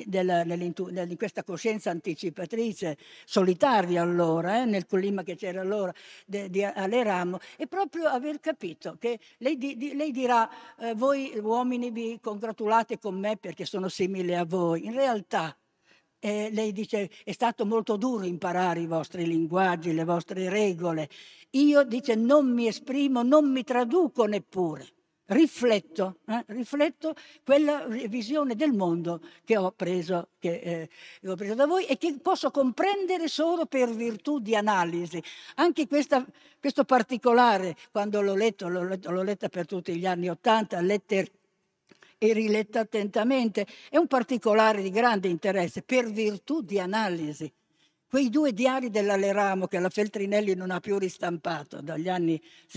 in questa coscienza anticipatrice, solitaria allora, nel clima che c'era allora a Leramo, è proprio aver capito che lei dirà voi uomini vi congratulate con me perché sono simile a voi. In realtà lei dice è stato molto duro imparare i vostri linguaggi, le vostre regole. Io, dice, non mi esprimo, non mi traduco neppure. Rifletto quella visione del mondo che ho preso da voi e che posso comprendere solo per virtù di analisi. Anche questo particolare, quando l'ho letta per tutti gli anni '80, letta e riletta attentamente, è un particolare di grande interesse per virtù di analisi. Quei 2 diari della Leramo che la Feltrinelli non ha più ristampato dagli anni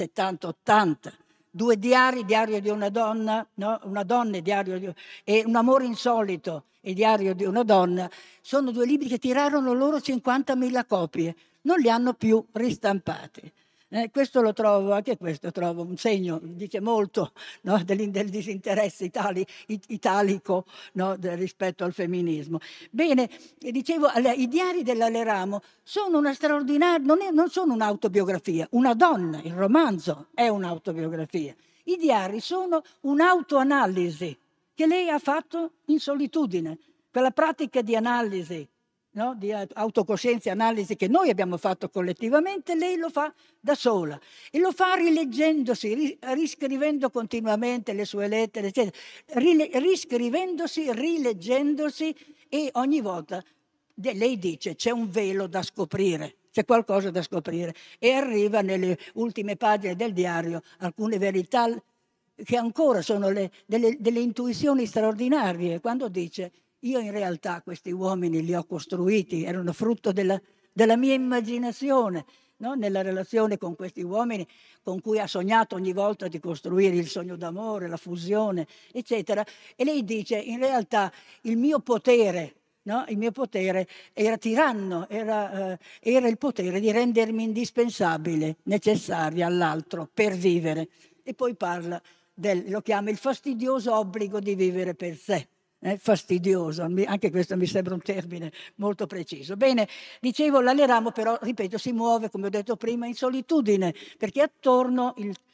70-80, 2 diario di una donna, no? Una donna e Un amore insolito e Diario di una donna, sono 2 libri che tirarono loro 50.000 copie, non li hanno più ristampati. Questo lo trovo, anche questo trovo un segno, dice molto, no? del disinteresse italico, no? Rispetto al femminismo. Bene, dicevo, i diari della Leramo sono una straordinaria, non sono un'autobiografia, una donna, il romanzo è un'autobiografia. I diari sono un'autoanalisi che lei ha fatto in solitudine, quella pratica di analisi, no? Di autocoscienza e analisi che noi abbiamo fatto collettivamente, lei lo fa da sola e lo fa rileggendosi, riscrivendo continuamente le sue lettere, eccetera, riscrivendosi, rileggendosi, e ogni volta lei dice c'è un velo da scoprire, c'è qualcosa da scoprire, e arriva nelle ultime pagine del diario alcune verità che ancora sono delle intuizioni straordinarie, quando dice: io in realtà questi uomini li ho costruiti, erano frutto della mia immaginazione, no? Nella relazione con questi uomini con cui ha sognato ogni volta di costruire il sogno d'amore, la fusione, eccetera. E lei dice: in realtà il mio potere, no? Il mio potere era tiranno, era il potere di rendermi indispensabile, necessaria all'altro per vivere. E poi parla lo chiama il fastidioso obbligo di vivere per sé. Fastidioso, anche questo mi sembra un termine molto preciso. Bene, dicevo, la Leramo però, ripeto, si muove, come ho detto prima, in solitudine, perché attorno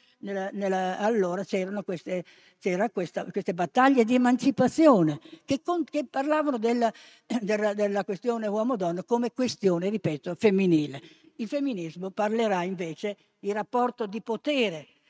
allora c'erano queste battaglie di emancipazione che parlavano della questione uomo-donna come questione, ripeto, femminile. Il femminismo parlerà invece di rapporto di potere,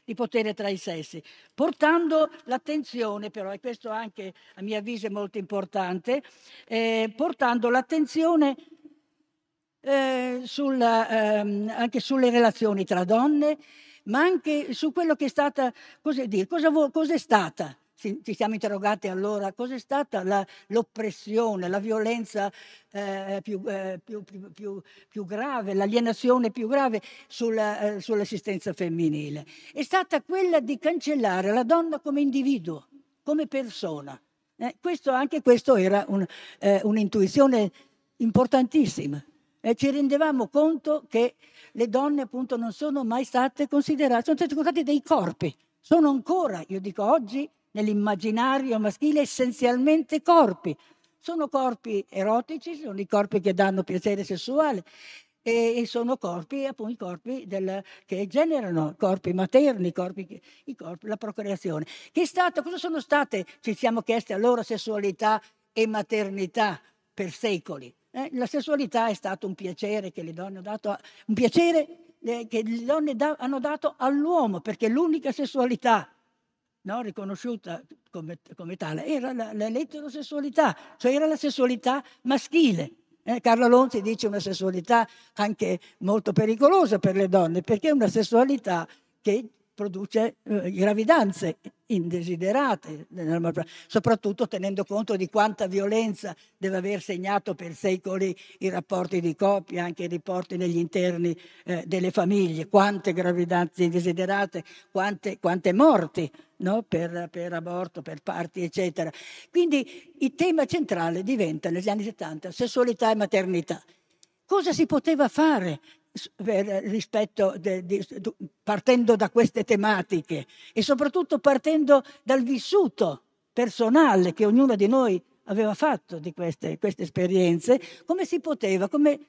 di potere tra i sessi, portando l'attenzione però, e questo anche a mio avviso è molto importante, portando l'attenzione anche sulle relazioni tra donne, ma anche su quello che è stata, cos'è stata? Ci siamo interrogati allora, cos'è stata l'oppressione, la violenza più grave, l'alienazione più grave sull'esistenza femminile? È stata quella di cancellare la donna come individuo, come persona. Anche questo era un'intuizione importantissima. Ci rendevamo conto che le donne appunto non sono mai state considerate, sono state considerate dei corpi, sono ancora, io dico oggi, nell'immaginario maschile essenzialmente corpi. Sono corpi erotici, sono i corpi che danno piacere sessuale e sono corpi, appunto, i corpi che generano, corpi materni, la procreazione. Cosa sono state, ci siamo chiesti allora, sessualità e maternità per secoli? La sessualità è stato un piacere che le donne hanno dato, un piacere che le donne hanno dato all'uomo, perché l'unica sessualità riconosciuta come tale era l'eterosessualità, cioè era la sessualità maschile. Carlo Lonzi dice una sessualità anche molto pericolosa per le donne, perché è una sessualità che produce gravidanze indesiderate, soprattutto tenendo conto di quanta violenza deve aver segnato per secoli i rapporti di coppia, anche i rapporti negli interni delle famiglie, quante gravidanze indesiderate, quante morti, no? per aborto, per parti, eccetera. Quindi il tema centrale diventa negli anni 70 sessualità e maternità. Cosa si poteva fare partendo da queste tematiche e soprattutto partendo dal vissuto personale che ognuno di noi aveva fatto di queste esperienze? Come si poteva,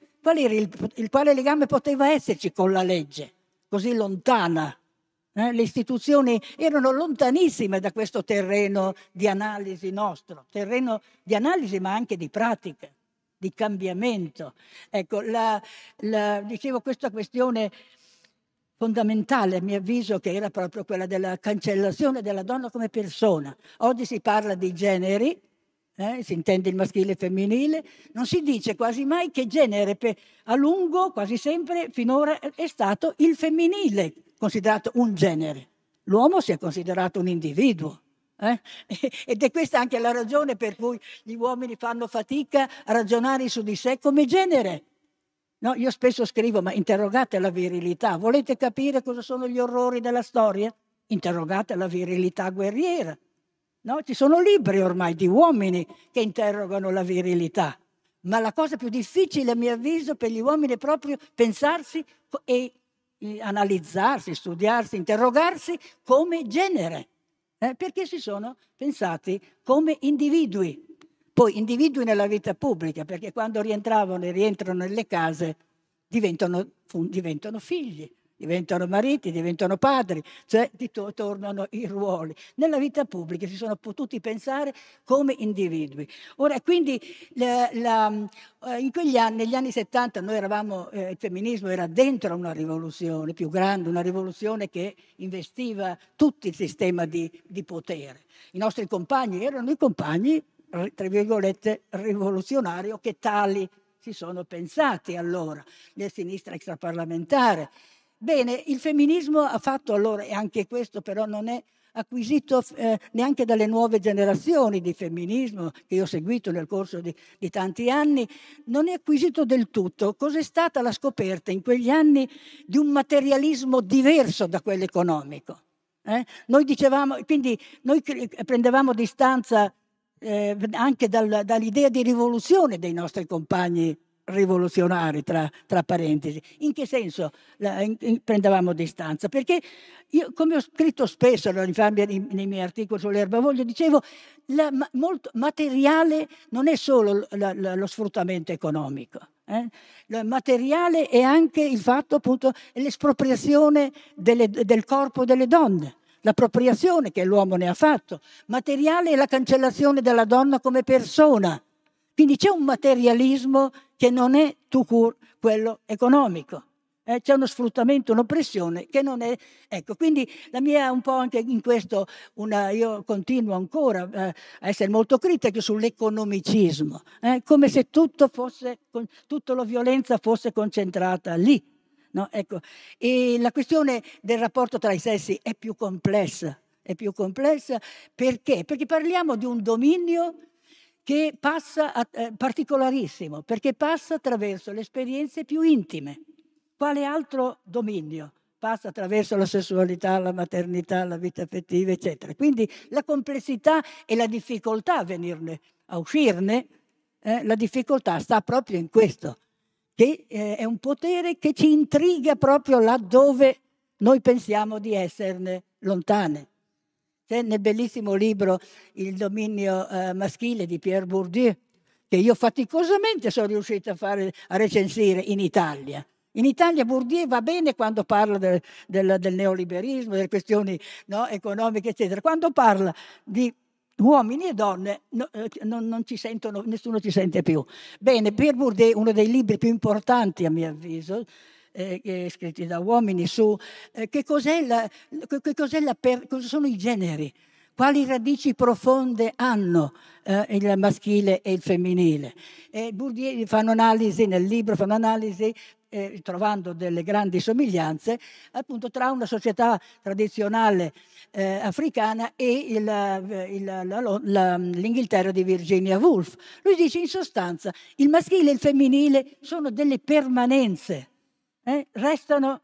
quale legame poteva esserci con la legge così lontana? Le istituzioni erano lontanissime da questo terreno di analisi nostro, terreno di analisi ma anche di pratica, di cambiamento. Ecco, dicevo, questa questione fondamentale, a mio avviso, che era proprio quella della cancellazione della donna come persona. Oggi si parla di generi, si intende il maschile e il femminile, non si dice quasi mai che genere a lungo, quasi sempre, finora è stato il femminile considerato un genere. L'uomo si è considerato un individuo. Ed è questa anche la ragione per cui gli uomini fanno fatica a ragionare su di sé come genere. No, io spesso scrivo, ma interrogate la virilità. Volete capire cosa sono gli orrori della storia? Interrogate la virilità guerriera. No? Ci sono libri ormai di uomini che interrogano la virilità. Ma la cosa più difficile, a mio avviso, per gli uomini è proprio pensarsi e analizzarsi, studiarsi, interrogarsi come genere. Perché si sono pensati come individui. Poi individui nella vita pubblica, perché quando rientrano nelle case diventano figli, diventano mariti, diventano padri, cioè tornano i ruoli. Nella vita pubblica si sono potuti pensare come individui. Ora, quindi in quegli anni, negli anni 70, noi il femminismo era dentro una rivoluzione più grande, una rivoluzione che investiva tutto il sistema di potere. I nostri compagni erano i compagni, tra virgolette, rivoluzionari, o che tali si sono pensati allora, la sinistra extraparlamentare. Bene, il femminismo ha fatto allora, e anche questo però non è acquisito neanche dalle nuove generazioni di femminismo che io ho seguito nel corso di tanti anni, non è acquisito del tutto. Cos'è stata la scoperta in quegli anni di un materialismo diverso da quello economico? Noi dicevamo, quindi noi prendevamo distanza anche dall'idea di rivoluzione dei nostri compagni rivoluzionari, tra parentesi. In che senso prendevamo distanza? Perché io, come ho scritto spesso nei miei articoli sull'erbavoglio, dicevo, molto materiale non è solo lo sfruttamento economico. Il materiale è anche il fatto, appunto, l'espropriazione del corpo delle donne, l'appropriazione che l'uomo ne ha fatto. Materiale è la cancellazione della donna come persona. Quindi c'è un materialismo che non è tout court quello economico. C'è uno sfruttamento, un'oppressione che non è... Ecco, quindi la mia un po' anche in questo, io continuo ancora a essere molto critica sull'economicismo, come se tutta la violenza fosse concentrata lì. No? Ecco. E la questione del rapporto tra i sessi è più complessa. Perché? Perché parliamo di un dominio che passa, particolarissimo, perché passa attraverso le esperienze più intime. Quale altro dominio? Passa attraverso la sessualità, la maternità, la vita affettiva, eccetera. Quindi la complessità e la difficoltà a uscirne, la difficoltà sta proprio in questo, che è un potere che ci intriga proprio laddove noi pensiamo di esserne lontane. C'è nel bellissimo libro Il dominio maschile di Pierre Bourdieu, che io faticosamente sono riuscita a recensire in Italia. In Italia Bourdieu va bene quando parla del neoliberismo, delle questioni, no, economiche, eccetera. Quando parla di uomini e donne non ci sentono, nessuno ci sente più. Bene, Pierre Bourdieu, uno dei libri più importanti a mio avviso, scritti da uomini su cosa sono i generi, quali radici profonde hanno il maschile e il femminile. Bourdieu fanno analisi nel libro, trovando delle grandi somiglianze appunto tra una società tradizionale africana e l'Inghilterra di Virginia Woolf. Lui dice in sostanza il maschile e il femminile sono delle permanenze, restano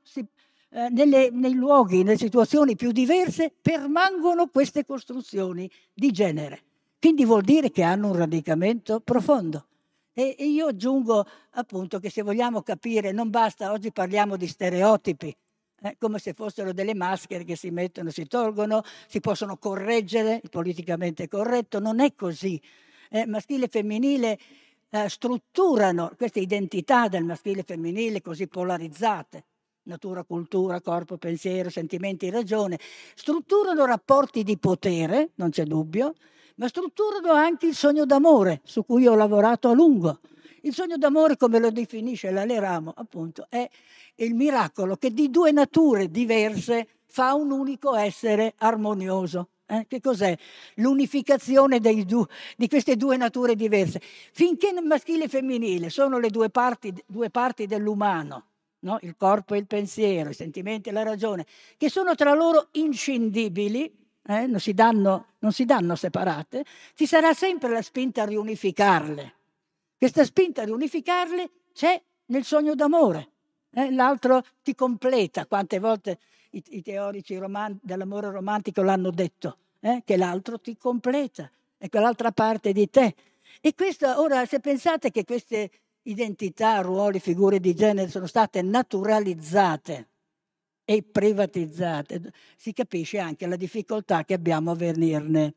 nei luoghi, nelle situazioni più diverse, permangono queste costruzioni di genere. Quindi vuol dire che hanno un radicamento profondo. E io aggiungo appunto che se vogliamo capire, non basta, oggi parliamo di stereotipi, come se fossero delle maschere che si mettono, si tolgono, si possono correggere, il politicamente corretto, non è così. Maschile e femminile strutturano queste identità del maschile e femminile così polarizzate, natura, cultura, corpo, pensiero, sentimenti, ragione, strutturano rapporti di potere, non c'è dubbio, ma strutturano anche il sogno d'amore, su cui ho lavorato a lungo. Il sogno d'amore, come lo definisce l'Aleramo, appunto, è il miracolo che di due nature diverse fa un unico essere armonioso. Che cos'è? L'unificazione di queste due nature diverse. Finché maschile e femminile sono le due parti dell'umano, no? Il corpo e il pensiero, i sentimenti e la ragione, che sono tra loro inscindibili, non si danno separate, ci sarà sempre la spinta a riunificarle. Questa spinta a riunificarle c'è nel sogno d'amore. L'altro ti completa. Quante volte i teorici dell'amore romantico l'hanno detto, che l'altro ti completa, è quell'altra parte di te. E questo, ora, se pensate che queste identità, ruoli, figure di genere sono state naturalizzate e privatizzate, si capisce anche la difficoltà che abbiamo a venirne,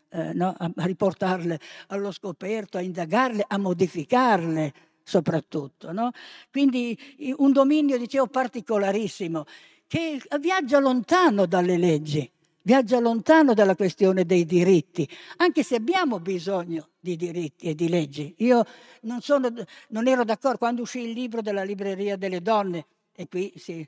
a riportarle allo scoperto, a indagarle, a modificarle soprattutto. No? Quindi un dominio, dicevo, particolarissimo, che viaggia lontano dalle leggi, viaggia lontano dalla questione dei diritti, anche se abbiamo bisogno di diritti e di leggi. Io non ero d'accordo quando uscì il libro della Libreria delle Donne, e qui si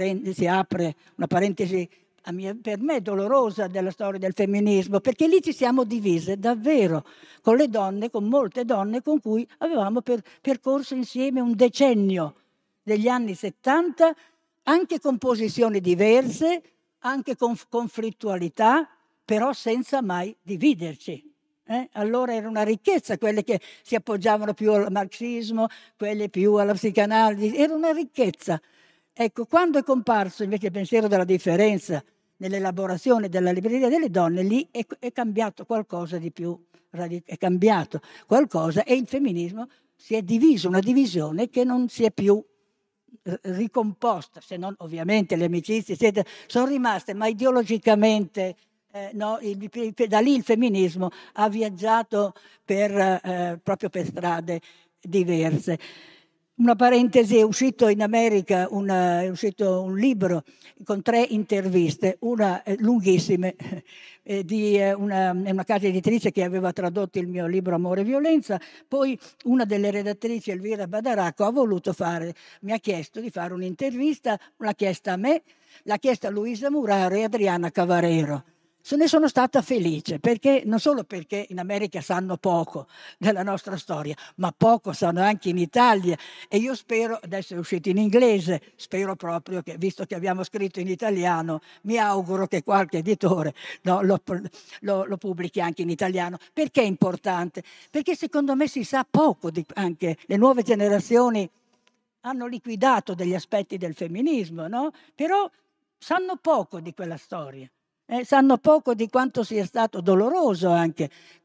apre una parentesi per me dolorosa della storia del femminismo, perché lì ci siamo divise davvero con le donne, con molte donne con cui avevamo percorso insieme un decennio degli anni 70, anche con posizioni diverse, anche con conflittualità, però senza mai dividerci. Allora era una ricchezza quelle che si appoggiavano più al marxismo, quelle più alla psicanalisi, era una ricchezza. Ecco, quando è comparso invece il pensiero della differenza nell'elaborazione della Libreria delle Donne, lì è cambiato qualcosa di più, è cambiato qualcosa e il femminismo si è diviso, una divisione che non si è più ricomposta, se non ovviamente le amicizie sono rimaste, ma ideologicamente no, da lì il femminismo ha viaggiato proprio per strade diverse. Una parentesi, è uscito in America è uscito un libro con 3 interviste, una lunghissime, di è una casa editrice che aveva tradotto il mio libro Amore e Violenza. Poi una delle redattrici, Elvira Badaracco, mi ha chiesto di fare un'intervista, l'ha chiesta a me, l'ha chiesta a Luisa Muraro e Adriana Cavarero. Ne sono stata felice, perché non solo perché in America sanno poco della nostra storia, ma poco sanno anche in Italia, e io spero, adesso è uscito in inglese, spero proprio che, visto che abbiamo scritto in italiano, mi auguro che qualche editore lo pubblichi anche in italiano. Perché è importante? Perché secondo me si sa poco, anche le nuove generazioni hanno liquidato degli aspetti del femminismo, no? Però sanno poco di quella storia. Sanno poco di quanto sia stato doloroso anche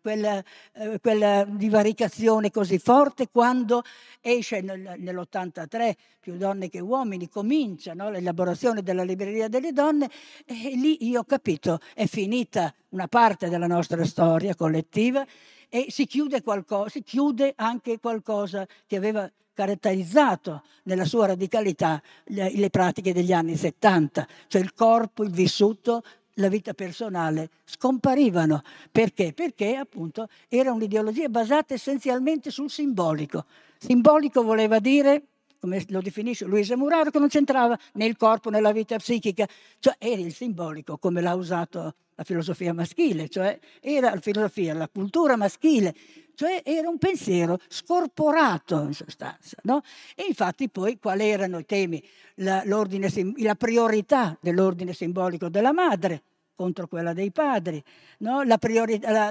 quella divaricazione così forte quando esce nell'83 Più donne che uomini, comincia, no, l'elaborazione della libreria delle donne, e lì io ho capito, è finita una parte della nostra storia collettiva e si chiude anche qualcosa che aveva caratterizzato nella sua radicalità le pratiche degli anni 70, cioè il corpo, il vissuto, la vita personale scomparivano. Perché? Perché appunto era un'ideologia basata essenzialmente sul simbolico. Simbolico voleva dire, come lo definisce Luisa Muraro, che non c'entrava né il corpo né la vita psichica, cioè era il simbolico come l'ha usato la filosofia maschile, cioè era la filosofia, la cultura maschile, cioè era un pensiero scorporato in sostanza, no? E infatti poi quali erano i temi? La priorità dell'ordine simbolico della madre contro quella dei padri, no? La priorità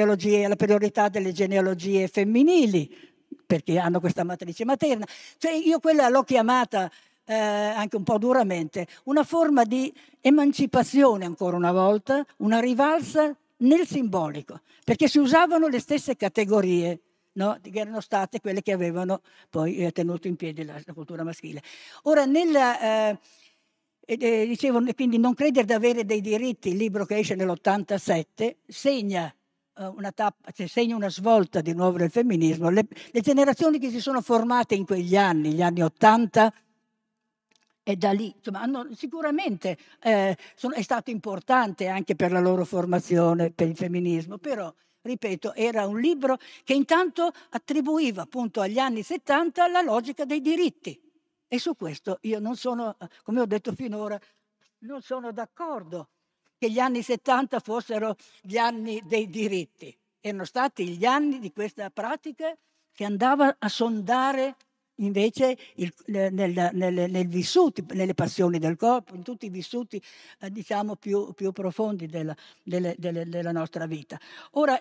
delle genealogie femminili, perché hanno questa matrice materna. Cioè io quella l'ho chiamata anche un po' duramente una forma di emancipazione, ancora una volta, una rivalsa nel simbolico, perché si usavano le stesse categorie, no? Che erano state quelle che avevano poi tenuto in piedi la cultura maschile. Ora, dicevo, quindi non credere di avere dei diritti, il libro che esce nell'87 segna una svolta di nuovo del femminismo. Le generazioni che si sono formate in quegli anni, gli anni 80, e da lì insomma, sicuramente è stato importante anche per la loro formazione, per il femminismo, però ripeto, era un libro che intanto attribuiva appunto agli anni 70 la logica dei diritti, e su questo io non sono, come ho detto finora, non sono d'accordo che gli anni 70 fossero gli anni dei diritti. Erano stati gli anni di questa pratica che andava a sondare invece nel vissuti, nelle passioni del corpo, in tutti i vissuti diciamo più profondi della nostra vita. Ora,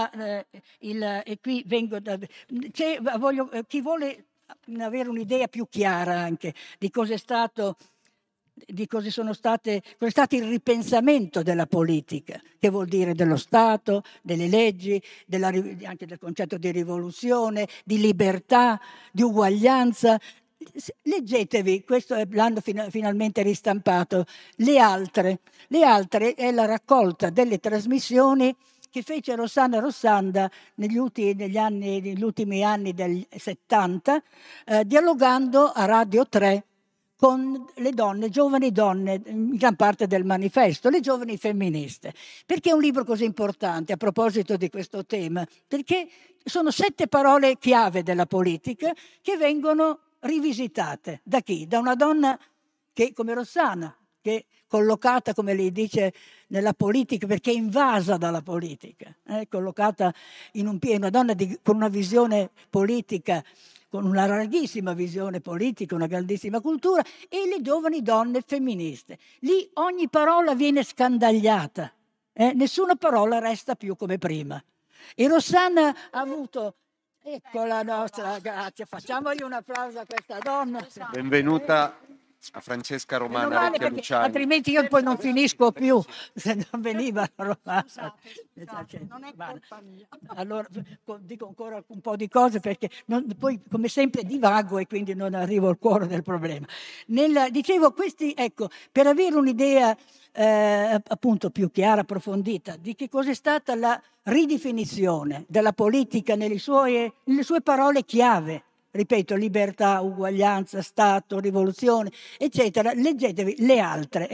e qui vengo chi vuole avere un'idea più chiara anche di cosa è stato, cosa è stato il ripensamento della politica, che vuol dire dello Stato, delle leggi, anche del concetto di rivoluzione, di libertà, di uguaglianza. Leggetevi, questo l'hanno finalmente ristampato, le altre è la raccolta delle trasmissioni che fece Rossana Rossanda negli ultimi anni del 70, dialogando a Radio 3 con le donne, giovani donne, in gran parte del manifesto, le giovani femministe. Perché è un libro così importante a proposito di questo tema? Perché sono 7 parole chiave della politica che vengono rivisitate. Da chi? Da una donna che, come Rossana, che collocata, come lei dice, nella politica, perché è invasa dalla politica, collocata una donna con una visione politica, con una larghissima visione politica, una grandissima cultura, e le giovani donne femministe. Lì ogni parola viene scandagliata, nessuna parola resta più come prima. E Rossana ha avuto, ecco la nostra, grazie, facciamogli un applauso a questa donna.
Benvenuta a Francesca Romana Recchia Luciani.
Altrimenti io poi non finisco più se non veniva Romana.
Non è colpa mia.
Allora dico ancora un po' di cose perché poi come sempre divago e quindi non arrivo al cuore del problema. Dicevo questi, ecco, per avere un'idea appunto più chiara, approfondita di che cosa è stata la ridefinizione della politica nelle sue parole chiave, ripeto, libertà, uguaglianza, Stato, rivoluzione, eccetera. Leggetevi Le altre,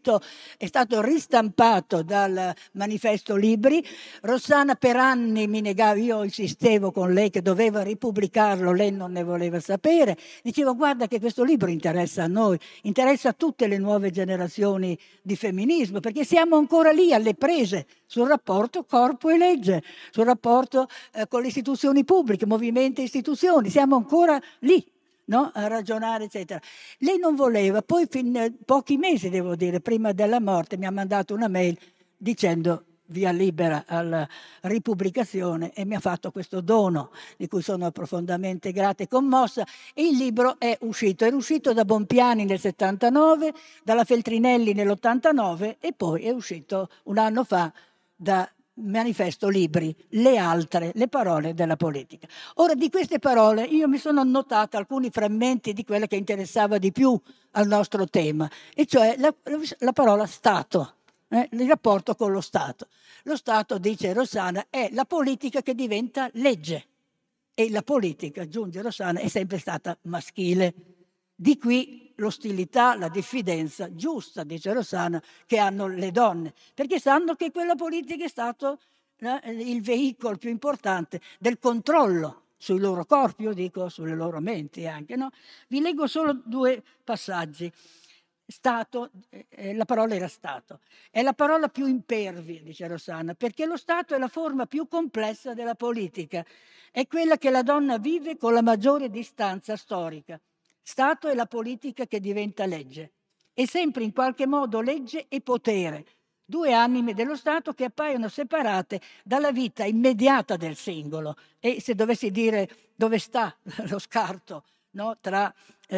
è stato ristampato dal Manifesto Libri. Rossana per anni mi negava, io insistevo con lei che doveva ripubblicarlo, lei non ne voleva sapere, dicevo guarda che questo libro interessa a noi, interessa a tutte le nuove generazioni di femminismo, perché siamo ancora lì alle prese sul rapporto corpo e legge, sul rapporto con le istituzioni pubbliche, movimenti e istituzioni, siamo ancora lì, no? A ragionare, eccetera. Lei non voleva, poi pochi mesi, devo dire, prima della morte, mi ha mandato una mail dicendo via libera alla ripubblicazione e mi ha fatto questo dono di cui sono profondamente grata e commossa. E il libro era uscito da Bompiani nel 79, dalla Feltrinelli nell'89 e poi è uscito un anno fa da Manifesto Libri, Le altre, le parole della politica. Ora, di queste parole io mi sono annotata alcuni frammenti di quella che interessava di più al nostro tema, e cioè la parola Stato, il rapporto con lo Stato. Lo Stato, dice Rossana, è la politica che diventa legge, e la politica, aggiunge Rossana, è sempre stata maschile. Di qui l'ostilità, la diffidenza giusta, dice Rossana, che hanno le donne, perché sanno che quella politica è stato il veicolo più importante del controllo sui loro corpi, io dico sulle loro menti anche, no? Vi leggo solo 2 passaggi. Stato, la parola era Stato, è la parola più impervia, dice Rossana, perché lo Stato è la forma più complessa della politica, è quella che la donna vive con la maggiore distanza storica. Stato è la politica che diventa legge, è sempre in qualche modo legge e potere, 2 anime dello Stato che appaiono separate dalla vita immediata del singolo. E se dovessi dire dove sta lo scarto, no, tra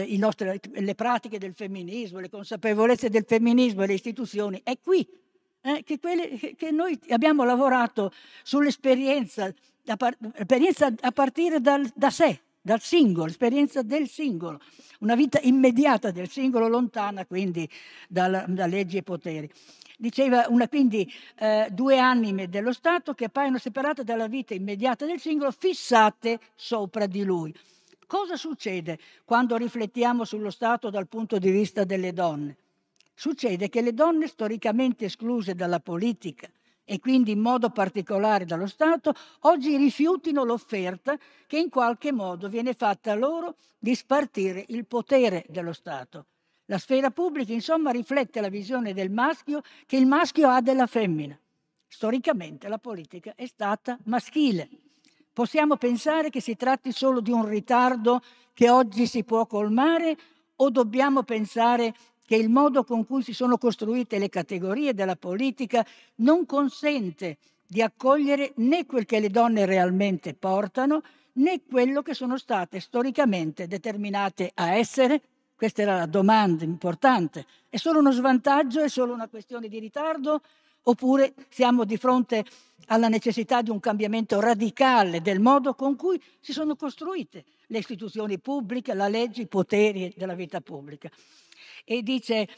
le pratiche del femminismo, le consapevolezze del femminismo e le istituzioni, è qui che noi abbiamo lavorato sull'esperienza, a partire da sé, dal singolo, l'esperienza del singolo, una vita immediata del singolo, lontana quindi da leggi e poteri. Diceva quindi 2 anime dello Stato che appaiono separate dalla vita immediata del singolo, fissate sopra di lui. Cosa succede quando riflettiamo sullo Stato dal punto di vista delle donne? Succede che le donne storicamente escluse dalla politica e quindi in modo particolare dallo Stato, oggi rifiutino l'offerta che in qualche modo viene fatta loro di spartire il potere dello Stato. La sfera pubblica, insomma, riflette la visione del maschio che il maschio ha della femmina. Storicamente la politica è stata maschile. Possiamo pensare che si tratti solo di un ritardo che oggi si può colmare, o dobbiamo pensare che il modo con cui si sono costruite le categorie della politica non consente di accogliere né quel che le donne realmente portano, né quello che sono state storicamente determinate a essere? Questa era la domanda importante. È solo uno svantaggio? È solo una questione di ritardo? Oppure siamo di fronte alla necessità di un cambiamento radicale del modo con cui si sono costruite le istituzioni pubbliche, la legge, i poteri della vita pubblica? E dice,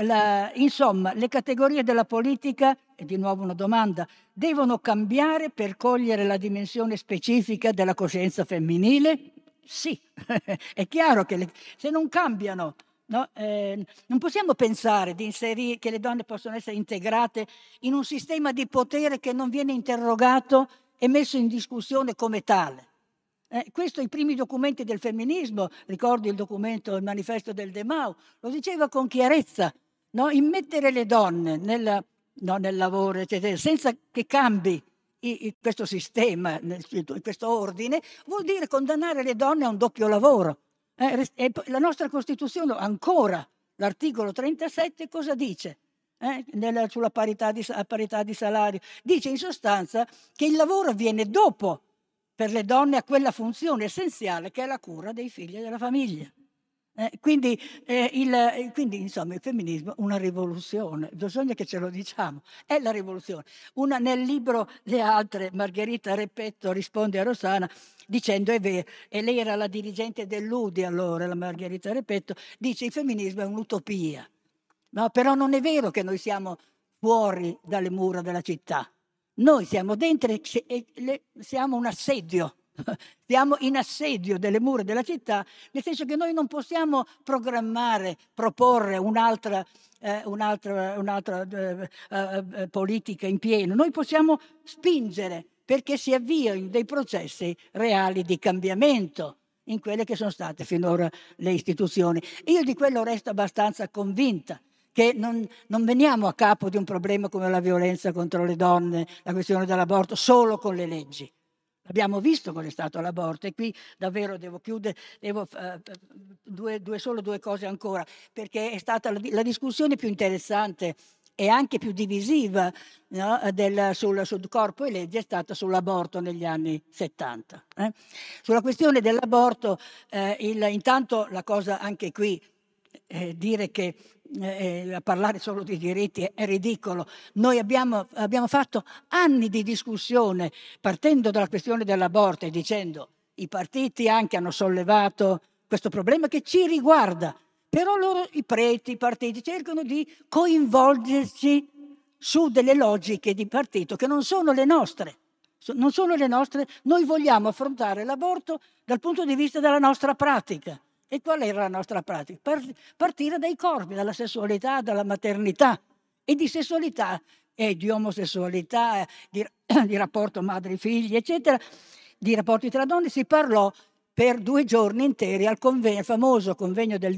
insomma, le categorie della politica, e di nuovo una domanda, devono cambiare per cogliere la dimensione specifica della coscienza femminile? Sì, è chiaro che se non cambiano, no, non possiamo pensare di inserire che le donne possono essere integrate in un sistema di potere che non viene interrogato e messo in discussione come tale. Questo i primi documenti del femminismo, ricordo il documento, il manifesto del De Mau, lo diceva con chiarezza, no? Immettere le donne nel lavoro, eccetera, senza che cambi questo sistema, questo ordine, vuol dire condannare le donne a un doppio lavoro. La nostra Costituzione, ancora, l'articolo 37, cosa dice? Sulla parità di salario. Dice in sostanza che il lavoro avviene dopo per le donne a quella funzione essenziale che è la cura dei figli e della famiglia. Quindi insomma il femminismo è una rivoluzione, bisogna che ce lo diciamo, è la rivoluzione. Nel libro Le altre, Margherita Repetto risponde a Rossana dicendo, è vero, e lei era la dirigente dell'UDI allora, la Margherita Repetto, dice il femminismo è un'utopia, no? Però non è vero che noi siamo fuori dalle mura della città. Noi siamo dentro e siamo un assedio Stiamo in assedio delle mura della città, nel senso che noi non possiamo programmare, proporre un'altra politica in pieno. Noi possiamo spingere perché si avviino dei processi reali di cambiamento in quelle che sono state finora le istituzioni. Io di quello resto abbastanza convinta, che non veniamo a capo di un problema come la violenza contro le donne, la questione dell'aborto, solo con le leggi. Abbiamo visto qual è stato l'aborto, e qui davvero devo chiudere, solo due cose ancora, perché è stata la discussione più interessante e anche più divisiva, no, sul corpo e legge, è stata sull'aborto negli anni 70. Sulla questione dell'aborto, intanto la cosa anche qui, dire che a parlare solo di diritti è ridicolo. Noi abbiamo fatto anni di discussione partendo dalla questione dell'aborto e dicendo i partiti anche hanno sollevato questo problema che ci riguarda, però loro, i preti, i partiti, cercano di coinvolgerci su delle logiche di partito che non sono le nostre. Non sono le nostre. Noi vogliamo affrontare l'aborto dal punto di vista della nostra pratica. E qual era la nostra pratica? Partire dai corpi, dalla sessualità, dalla maternità, e di sessualità e di omosessualità, di rapporto madri-figli, eccetera, di rapporti tra donne. Si parlò per 2 giorni interi al famoso convegno del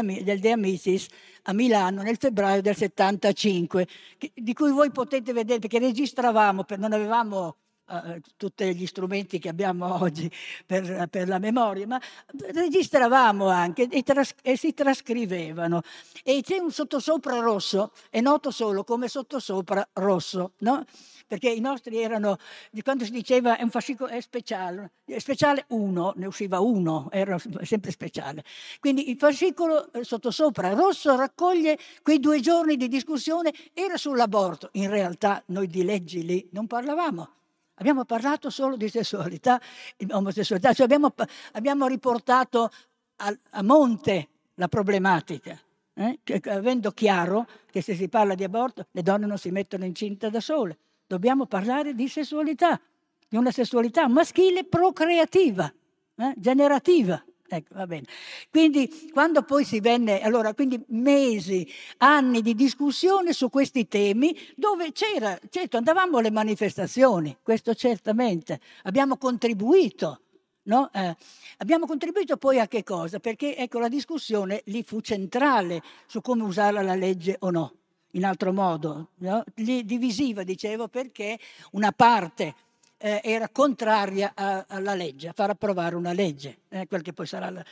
De Amicis a Milano nel febbraio del 75, di cui voi potete vedere, perché registravamo, non avevamo tutti gli strumenti che abbiamo oggi per la memoria, ma registravamo anche e si trascrivevano. E c'è un sottosopra rosso, è noto solo come sottosopra rosso, no? Perché i nostri erano, di quando si diceva è un fascicolo, è speciale 1, ne usciva 1, era sempre speciale. Quindi il fascicolo sottosopra rosso raccoglie quei 2 giorni di discussione, era sull'aborto. In realtà noi di leggi lì non parlavamo. Abbiamo parlato solo di sessualità e omosessualità, cioè abbiamo riportato a monte la problematica, avendo chiaro che se si parla di aborto le donne non si mettono incinta da sole. Dobbiamo parlare di sessualità, di una sessualità maschile procreativa, generativa. Ecco, va bene. Quindi quando poi si venne, quindi mesi, anni di discussione su questi temi, dove certo, andavamo alle manifestazioni, questo certamente, abbiamo contribuito, no? Abbiamo contribuito poi a che cosa? Perché ecco, la discussione lì fu centrale su come usare la legge o no, in altro modo, no? Divisiva, dicevo, perché una parte era contraria alla legge, a far approvare una legge, quel che poi sarà la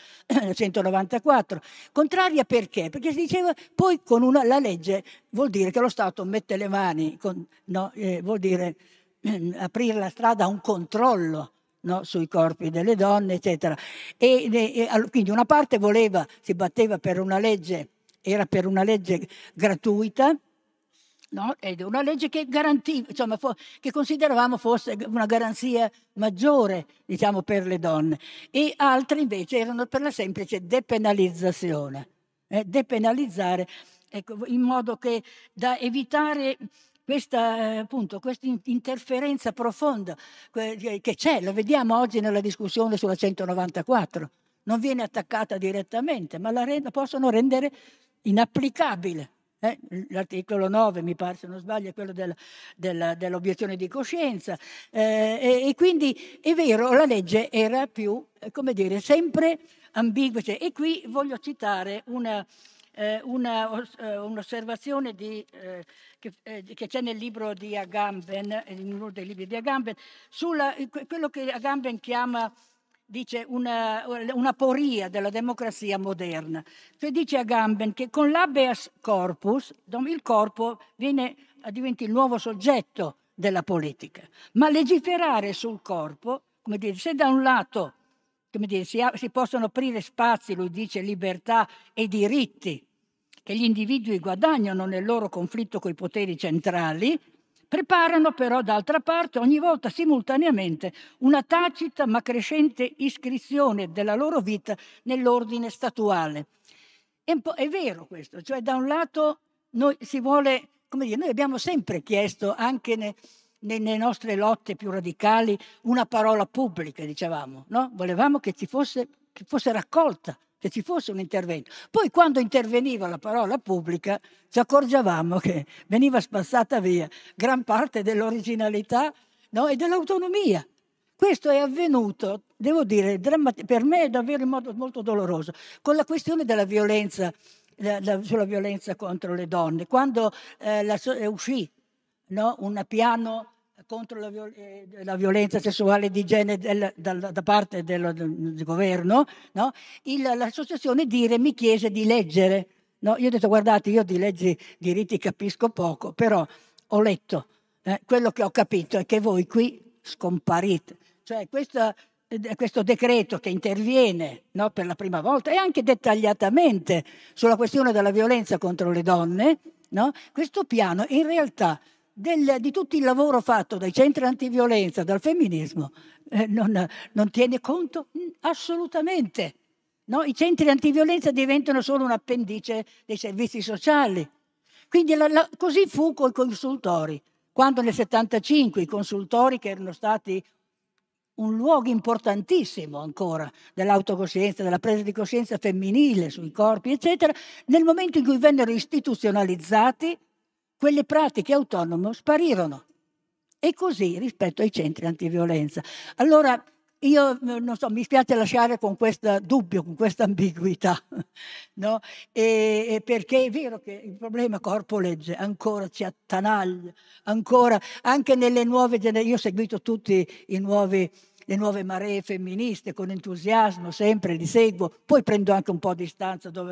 194. Contraria perché? Perché si diceva poi la legge vuol dire che lo Stato mette le mani, vuol dire aprire la strada a un controllo, no, sui corpi delle donne, eccetera. Quindi una parte si batteva per una legge, era per una legge gratuita, no? Ed è una legge che garantiva, insomma, che consideravamo fosse una garanzia maggiore, diciamo, per le donne, e altri invece erano per la semplice depenalizzazione, depenalizzare, ecco, in modo che da evitare questa interferenza profonda che c'è, lo vediamo oggi nella discussione sulla 194, non viene attaccata direttamente, ma la possono rendere inapplicabile. L'articolo 9, mi pare, se non sbaglio, è quello dell'obiezione di coscienza, e quindi è vero, la legge era più, come dire, sempre ambigua. E qui voglio citare un'osservazione che c'è nel libro di Agamben, in uno dei libri di Agamben, quello che Agamben dice una aporia della democrazia moderna. Cioè dice Agamben che con l'habeas corpus il corpo diventa il nuovo soggetto della politica, ma legiferare sul corpo, come dire, se da un lato, come dire, si possono aprire spazi, lui dice, libertà e diritti che gli individui guadagnano nel loro conflitto coi poteri centrali, preparano però d'altra parte ogni volta simultaneamente una tacita ma crescente iscrizione della loro vita nell'ordine statuale. È vero questo, cioè da un lato noi abbiamo sempre chiesto anche nelle nostre lotte più radicali una parola pubblica, dicevamo, no? Volevamo che fosse raccolta, che ci fosse un intervento. Poi quando interveniva la parola pubblica ci accorgevamo che veniva spazzata via gran parte dell'originalità, no? E dell'autonomia. Questo è avvenuto, devo dire, per me è davvero in modo molto doloroso, con la questione della violenza, sulla violenza contro le donne. Quando uscì, no, un piano contro la violenza sessuale di genere da parte del governo, no? L'associazione Dire mi chiese di leggere. No? Io ho detto, guardate, io di leggi diritti capisco poco, però ho letto. Quello che ho capito è che voi qui scomparite. Cioè questo decreto che interviene, no, per la prima volta e anche dettagliatamente sulla questione della violenza contro le donne, no? Questo piano in realtà di tutto il lavoro fatto dai centri antiviolenza, dal femminismo, non tiene conto assolutamente. No? I centri antiviolenza diventano solo un appendice dei servizi sociali. Quindi così fu con i consultori. Quando nel 75 i consultori, che erano stati un luogo importantissimo ancora dell'autocoscienza, della presa di coscienza femminile sui corpi, eccetera, nel momento in cui vennero istituzionalizzati, quelle pratiche autonome sparirono. E così rispetto ai centri antiviolenza. Allora, io non so, mi spiace lasciare con questo dubbio, con questa ambiguità, no? Perché è vero che il problema corpo-legge ancora ci attanaglia, ancora, anche nelle nuove generazioni. Io ho seguito tutti le nuove maree femministe con entusiasmo, sempre li seguo, poi prendo anche un po' di distanza dove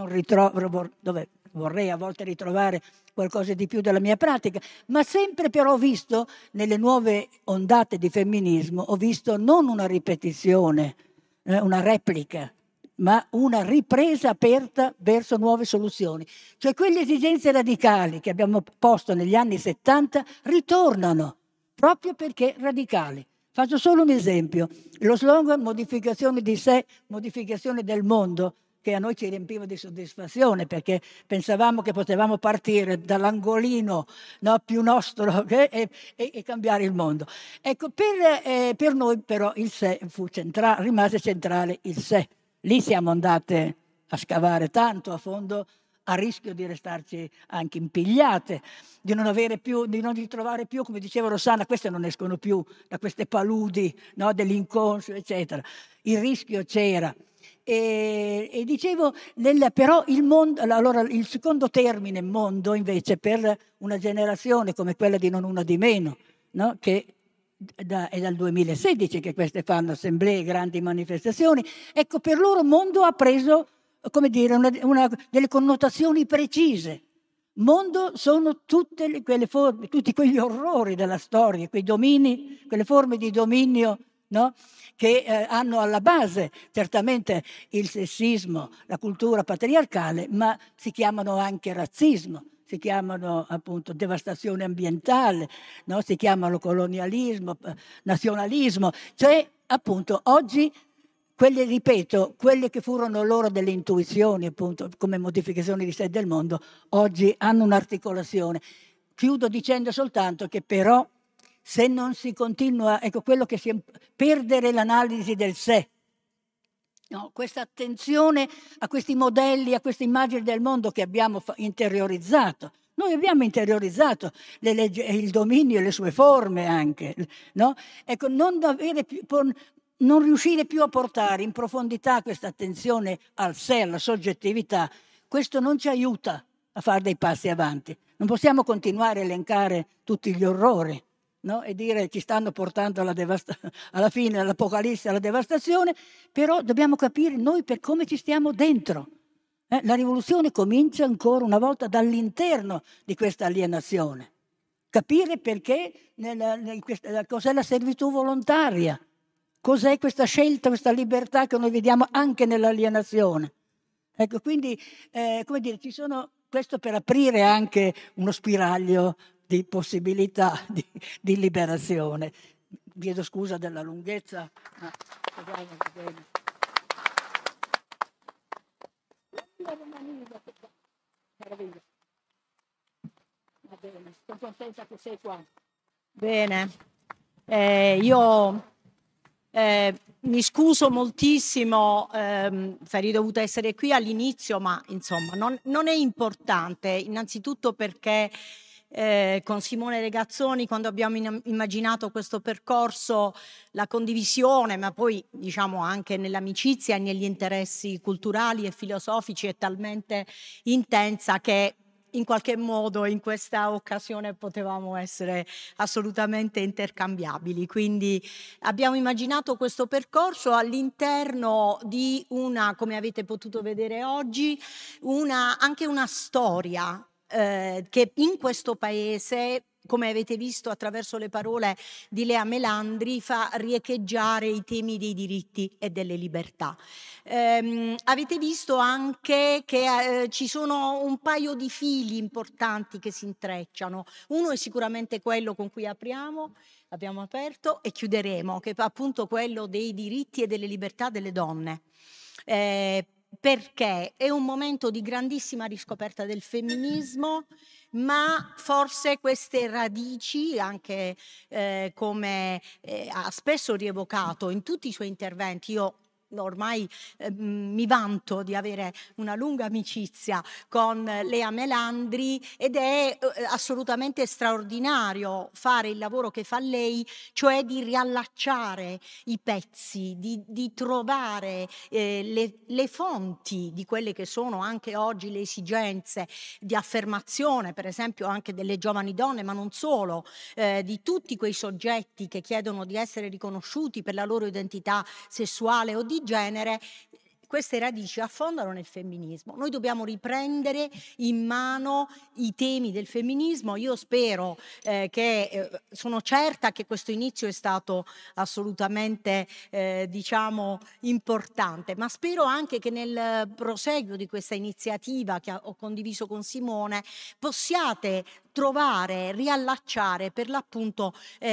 vorrei a volte ritrovare qualcosa di più della mia pratica, ma sempre però ho visto nelle nuove ondate di femminismo, ho visto non una ripetizione, una replica, ma una ripresa aperta verso nuove soluzioni. Cioè quelle esigenze radicali che abbiamo posto negli anni 70 ritornano, proprio perché radicali. Faccio solo un esempio. Lo slogan modificazione di sé, modificazione del mondo, che a noi ci riempiva di soddisfazione perché pensavamo che potevamo partire dall'angolino, no, più nostro e cambiare il mondo. Ecco, per noi però il sé rimase centrale il sé. Lì siamo andate a scavare tanto a fondo, a rischio di restarci anche impigliate, di non ritrovare più, come diceva Rossana, queste non escono più da queste paludi, no, dell'inconscio, eccetera. Il rischio c'era. E dicevo, però il mondo, allora il secondo termine mondo invece per una generazione come quella di Non Una di Meno, no? Che è dal 2016 che queste fanno assemblee, grandi manifestazioni, ecco, per loro mondo ha preso, come dire, delle connotazioni precise. Mondo sono tutte quelle forme, tutti quegli orrori della storia, quei domini, quelle forme di dominio, no? Che hanno alla base certamente il sessismo, la cultura patriarcale, ma si chiamano anche razzismo, si chiamano appunto devastazione ambientale, no? Si chiamano colonialismo, nazionalismo, cioè appunto oggi quelle che furono loro delle intuizioni appunto come modificazione di sé e del mondo, oggi hanno un'articolazione. Chiudo dicendo soltanto che però se non si continua, ecco quello che perdere l'analisi del sé, no? Questa attenzione a questi modelli, a queste immagini del mondo che abbiamo interiorizzato. Noi abbiamo interiorizzato il dominio e le sue forme anche, no? Ecco, non riuscire più a portare in profondità questa attenzione al sé, alla soggettività, questo non ci aiuta a fare dei passi avanti. Non possiamo continuare a elencare tutti gli orrori, no? E dire ci stanno portando alla fine, all'apocalisse, alla devastazione, però dobbiamo capire noi per come ci stiamo dentro. La rivoluzione comincia ancora una volta dall'interno di questa alienazione. Capire perché cos'è la servitù volontaria, cos'è questa scelta, questa libertà che noi vediamo anche nell'alienazione. Ecco, quindi, come dire, questo per aprire anche uno spiraglio di possibilità di liberazione. Chiedo scusa della lunghezza, ma va bene, sono contenta che sei qua.
Bene, io mi scuso moltissimo, sarei dovuta essere qui all'inizio, ma insomma non è importante, innanzitutto perché con Simone Regazzoni, quando abbiamo immaginato questo percorso, la condivisione, ma poi diciamo anche nell'amicizia e negli interessi culturali e filosofici è talmente intensa che in qualche modo in questa occasione potevamo essere assolutamente intercambiabili. Quindi abbiamo immaginato questo percorso all'interno di una, come avete potuto vedere oggi, anche una storia che in questo paese, come avete visto attraverso le parole di Lea Melandri, fa riecheggiare i temi dei diritti e delle libertà. Avete visto anche che ci sono un paio di fili importanti che si intrecciano. Uno è sicuramente quello con cui abbiamo aperto e chiuderemo, che è appunto quello dei diritti e delle libertà delle donne. Perché è un momento di grandissima riscoperta del femminismo, ma forse queste radici, anche come ha spesso rievocato in tutti i suoi interventi, io ormai mi vanto di avere una lunga amicizia con Lea Melandri ed è assolutamente straordinario fare il lavoro che fa lei, cioè di riallacciare i pezzi, di trovare le fonti di quelle che sono anche oggi le esigenze di affermazione, per esempio anche delle giovani donne, ma non solo, di tutti quei soggetti che chiedono di essere riconosciuti per la loro identità sessuale o di genere. Queste radici affondano nel femminismo. Noi dobbiamo riprendere in mano i temi del femminismo. Io spero sono certa che questo inizio è stato assolutamente diciamo importante, ma spero anche che nel proseguio di questa iniziativa che ho condiviso con Simone possiate trovare, riallacciare per l'appunto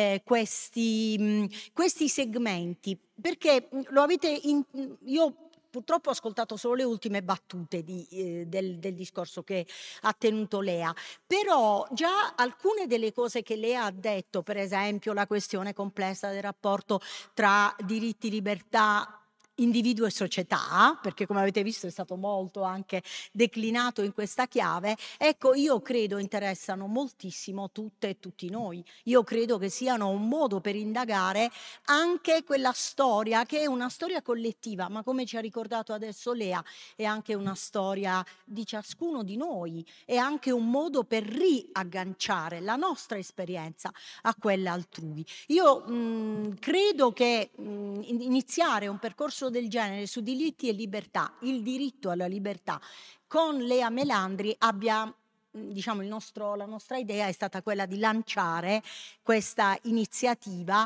questi segmenti, perché lo avete io purtroppo ho ascoltato solo le ultime battute del discorso che ha tenuto Lea, però già alcune delle cose che Lea ha detto, per esempio la questione complessa del rapporto tra diritti, libertà, individuo e società, perché come avete visto è stato molto anche declinato in questa chiave, ecco, io credo interessano moltissimo tutte e tutti noi. Io credo che siano un modo per indagare anche quella storia che è una storia collettiva, ma come ci ha ricordato adesso Lea, è anche una storia di ciascuno di noi, è anche un modo per riagganciare la nostra esperienza a quella altrui. Io credo che iniziare un percorso del genere su diritti e libertà, il diritto alla libertà, con Lea Melandri abbia, diciamo, la nostra idea è stata quella di lanciare questa iniziativa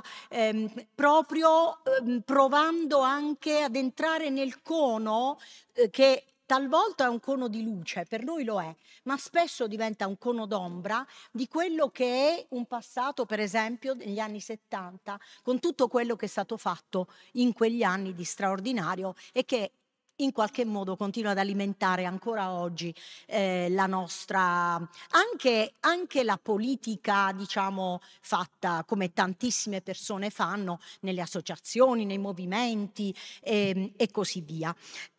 proprio provando anche ad entrare nel cono che talvolta è un cono di luce, per noi lo è, ma spesso diventa un cono d'ombra di quello che è un passato, per esempio, negli anni 70, con tutto quello che è stato fatto in quegli anni di straordinario e che in qualche modo continua ad alimentare ancora oggi la nostra, anche la politica, diciamo, fatta come tantissime persone fanno nelle associazioni, nei movimenti e così via.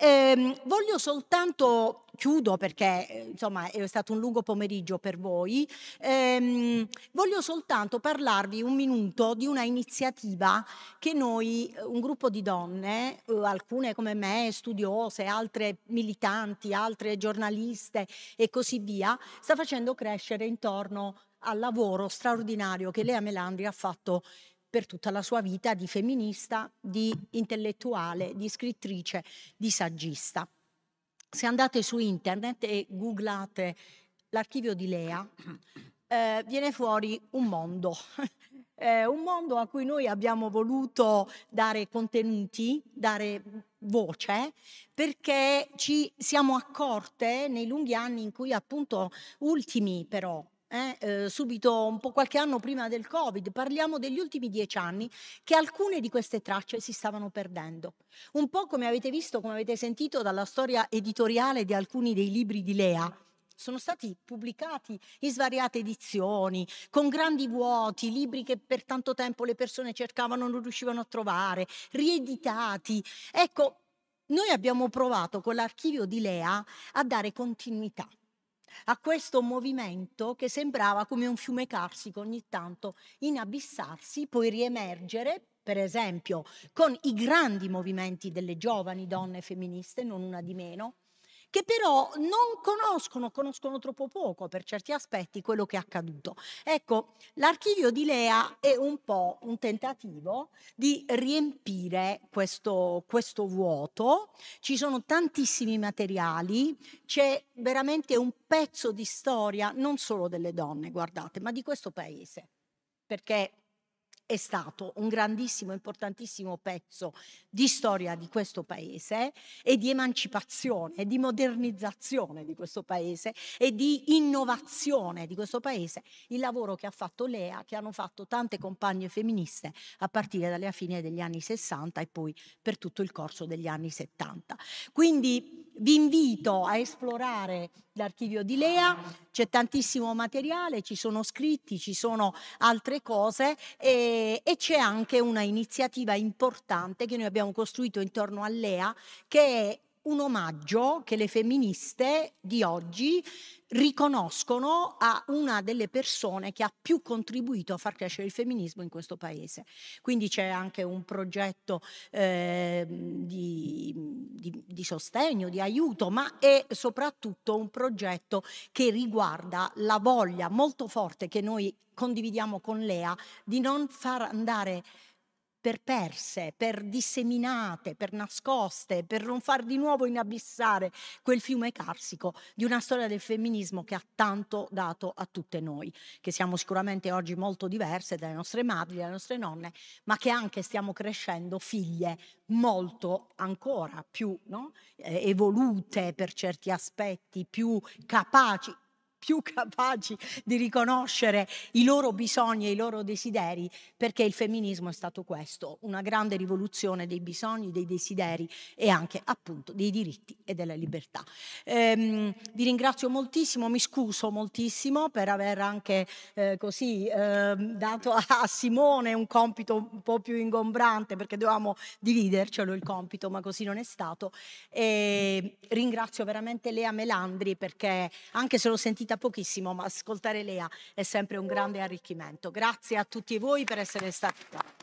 Voglio soltanto, chiudo perché insomma è stato un lungo pomeriggio per voi, voglio soltanto parlarvi un minuto di una iniziativa che noi, un gruppo di donne, alcune come me, studiose, altre militanti, altre giornaliste e così via, sta facendo crescere intorno al lavoro straordinario che Lea Melandri ha fatto per tutta la sua vita di femminista, di intellettuale, di scrittrice, di saggista. Se andate su internet e googlate l'archivio di Lea, viene fuori un mondo a cui noi abbiamo voluto dare contenuti, dare voce, perché ci siamo accorte nei lunghi anni in cui appunto ultimi però, subito un po' qualche anno prima del Covid, parliamo degli ultimi 10 anni, che alcune di queste tracce si stavano perdendo. Un po' come avete visto, come avete sentito dalla storia editoriale di alcuni dei libri di Lea, sono stati pubblicati in svariate edizioni, con grandi vuoti, libri che per tanto tempo le persone cercavano, non riuscivano a trovare, rieditati. Ecco, noi abbiamo provato con l'Archivio di Lea a dare continuità a questo movimento che sembrava come un fiume carsico, ogni tanto inabissarsi, poi riemergere, per esempio con i grandi movimenti delle giovani donne femministe, non una di meno, che però non conoscono troppo poco per certi aspetti quello che è accaduto. Ecco, l'Archivio di Lea è un po' un tentativo di riempire questo vuoto. Ci sono tantissimi materiali, c'è veramente un pezzo di storia non solo delle donne, guardate, ma di questo paese, perché è stato un grandissimo, importantissimo pezzo di storia di questo paese e di emancipazione e di modernizzazione di questo paese e di innovazione di questo paese, il lavoro che ha fatto Lea, che hanno fatto tante compagne femministe a partire dalla fine degli anni 60 e poi per tutto il corso degli anni 70. Quindi vi invito a esplorare l'Archivio di Lea, c'è tantissimo materiale, ci sono scritti, ci sono altre cose e c'è anche una iniziativa importante che noi abbiamo costruito intorno a Lea, che è un omaggio che le femministe di oggi riconoscono a una delle persone che ha più contribuito a far crescere il femminismo in questo paese. Quindi c'è anche un progetto di sostegno, di aiuto, ma è soprattutto un progetto che riguarda la voglia molto forte che noi condividiamo con Lea di non far andare per perse, per disseminate, per nascoste, per non far di nuovo inabissare quel fiume carsico di una storia del femminismo che ha tanto dato a tutte noi, che siamo sicuramente oggi molto diverse dalle nostre madri, dalle nostre nonne, ma che anche stiamo crescendo figlie molto ancora più evolute per certi aspetti, più capaci di riconoscere i loro bisogni e i loro desideri, perché il femminismo è stato questo, una grande rivoluzione dei bisogni, dei desideri e anche appunto dei diritti e della libertà. Vi ringrazio moltissimo, mi scuso moltissimo per aver anche dato a Simone un compito un po' più ingombrante, perché dovevamo dividercelo il compito, ma così non è stato. E ringrazio veramente Lea Melandri, perché anche se l'ho sentita pochissimo, ma ascoltare Lea è sempre un grande arricchimento. Grazie a tutti voi per essere stati qua.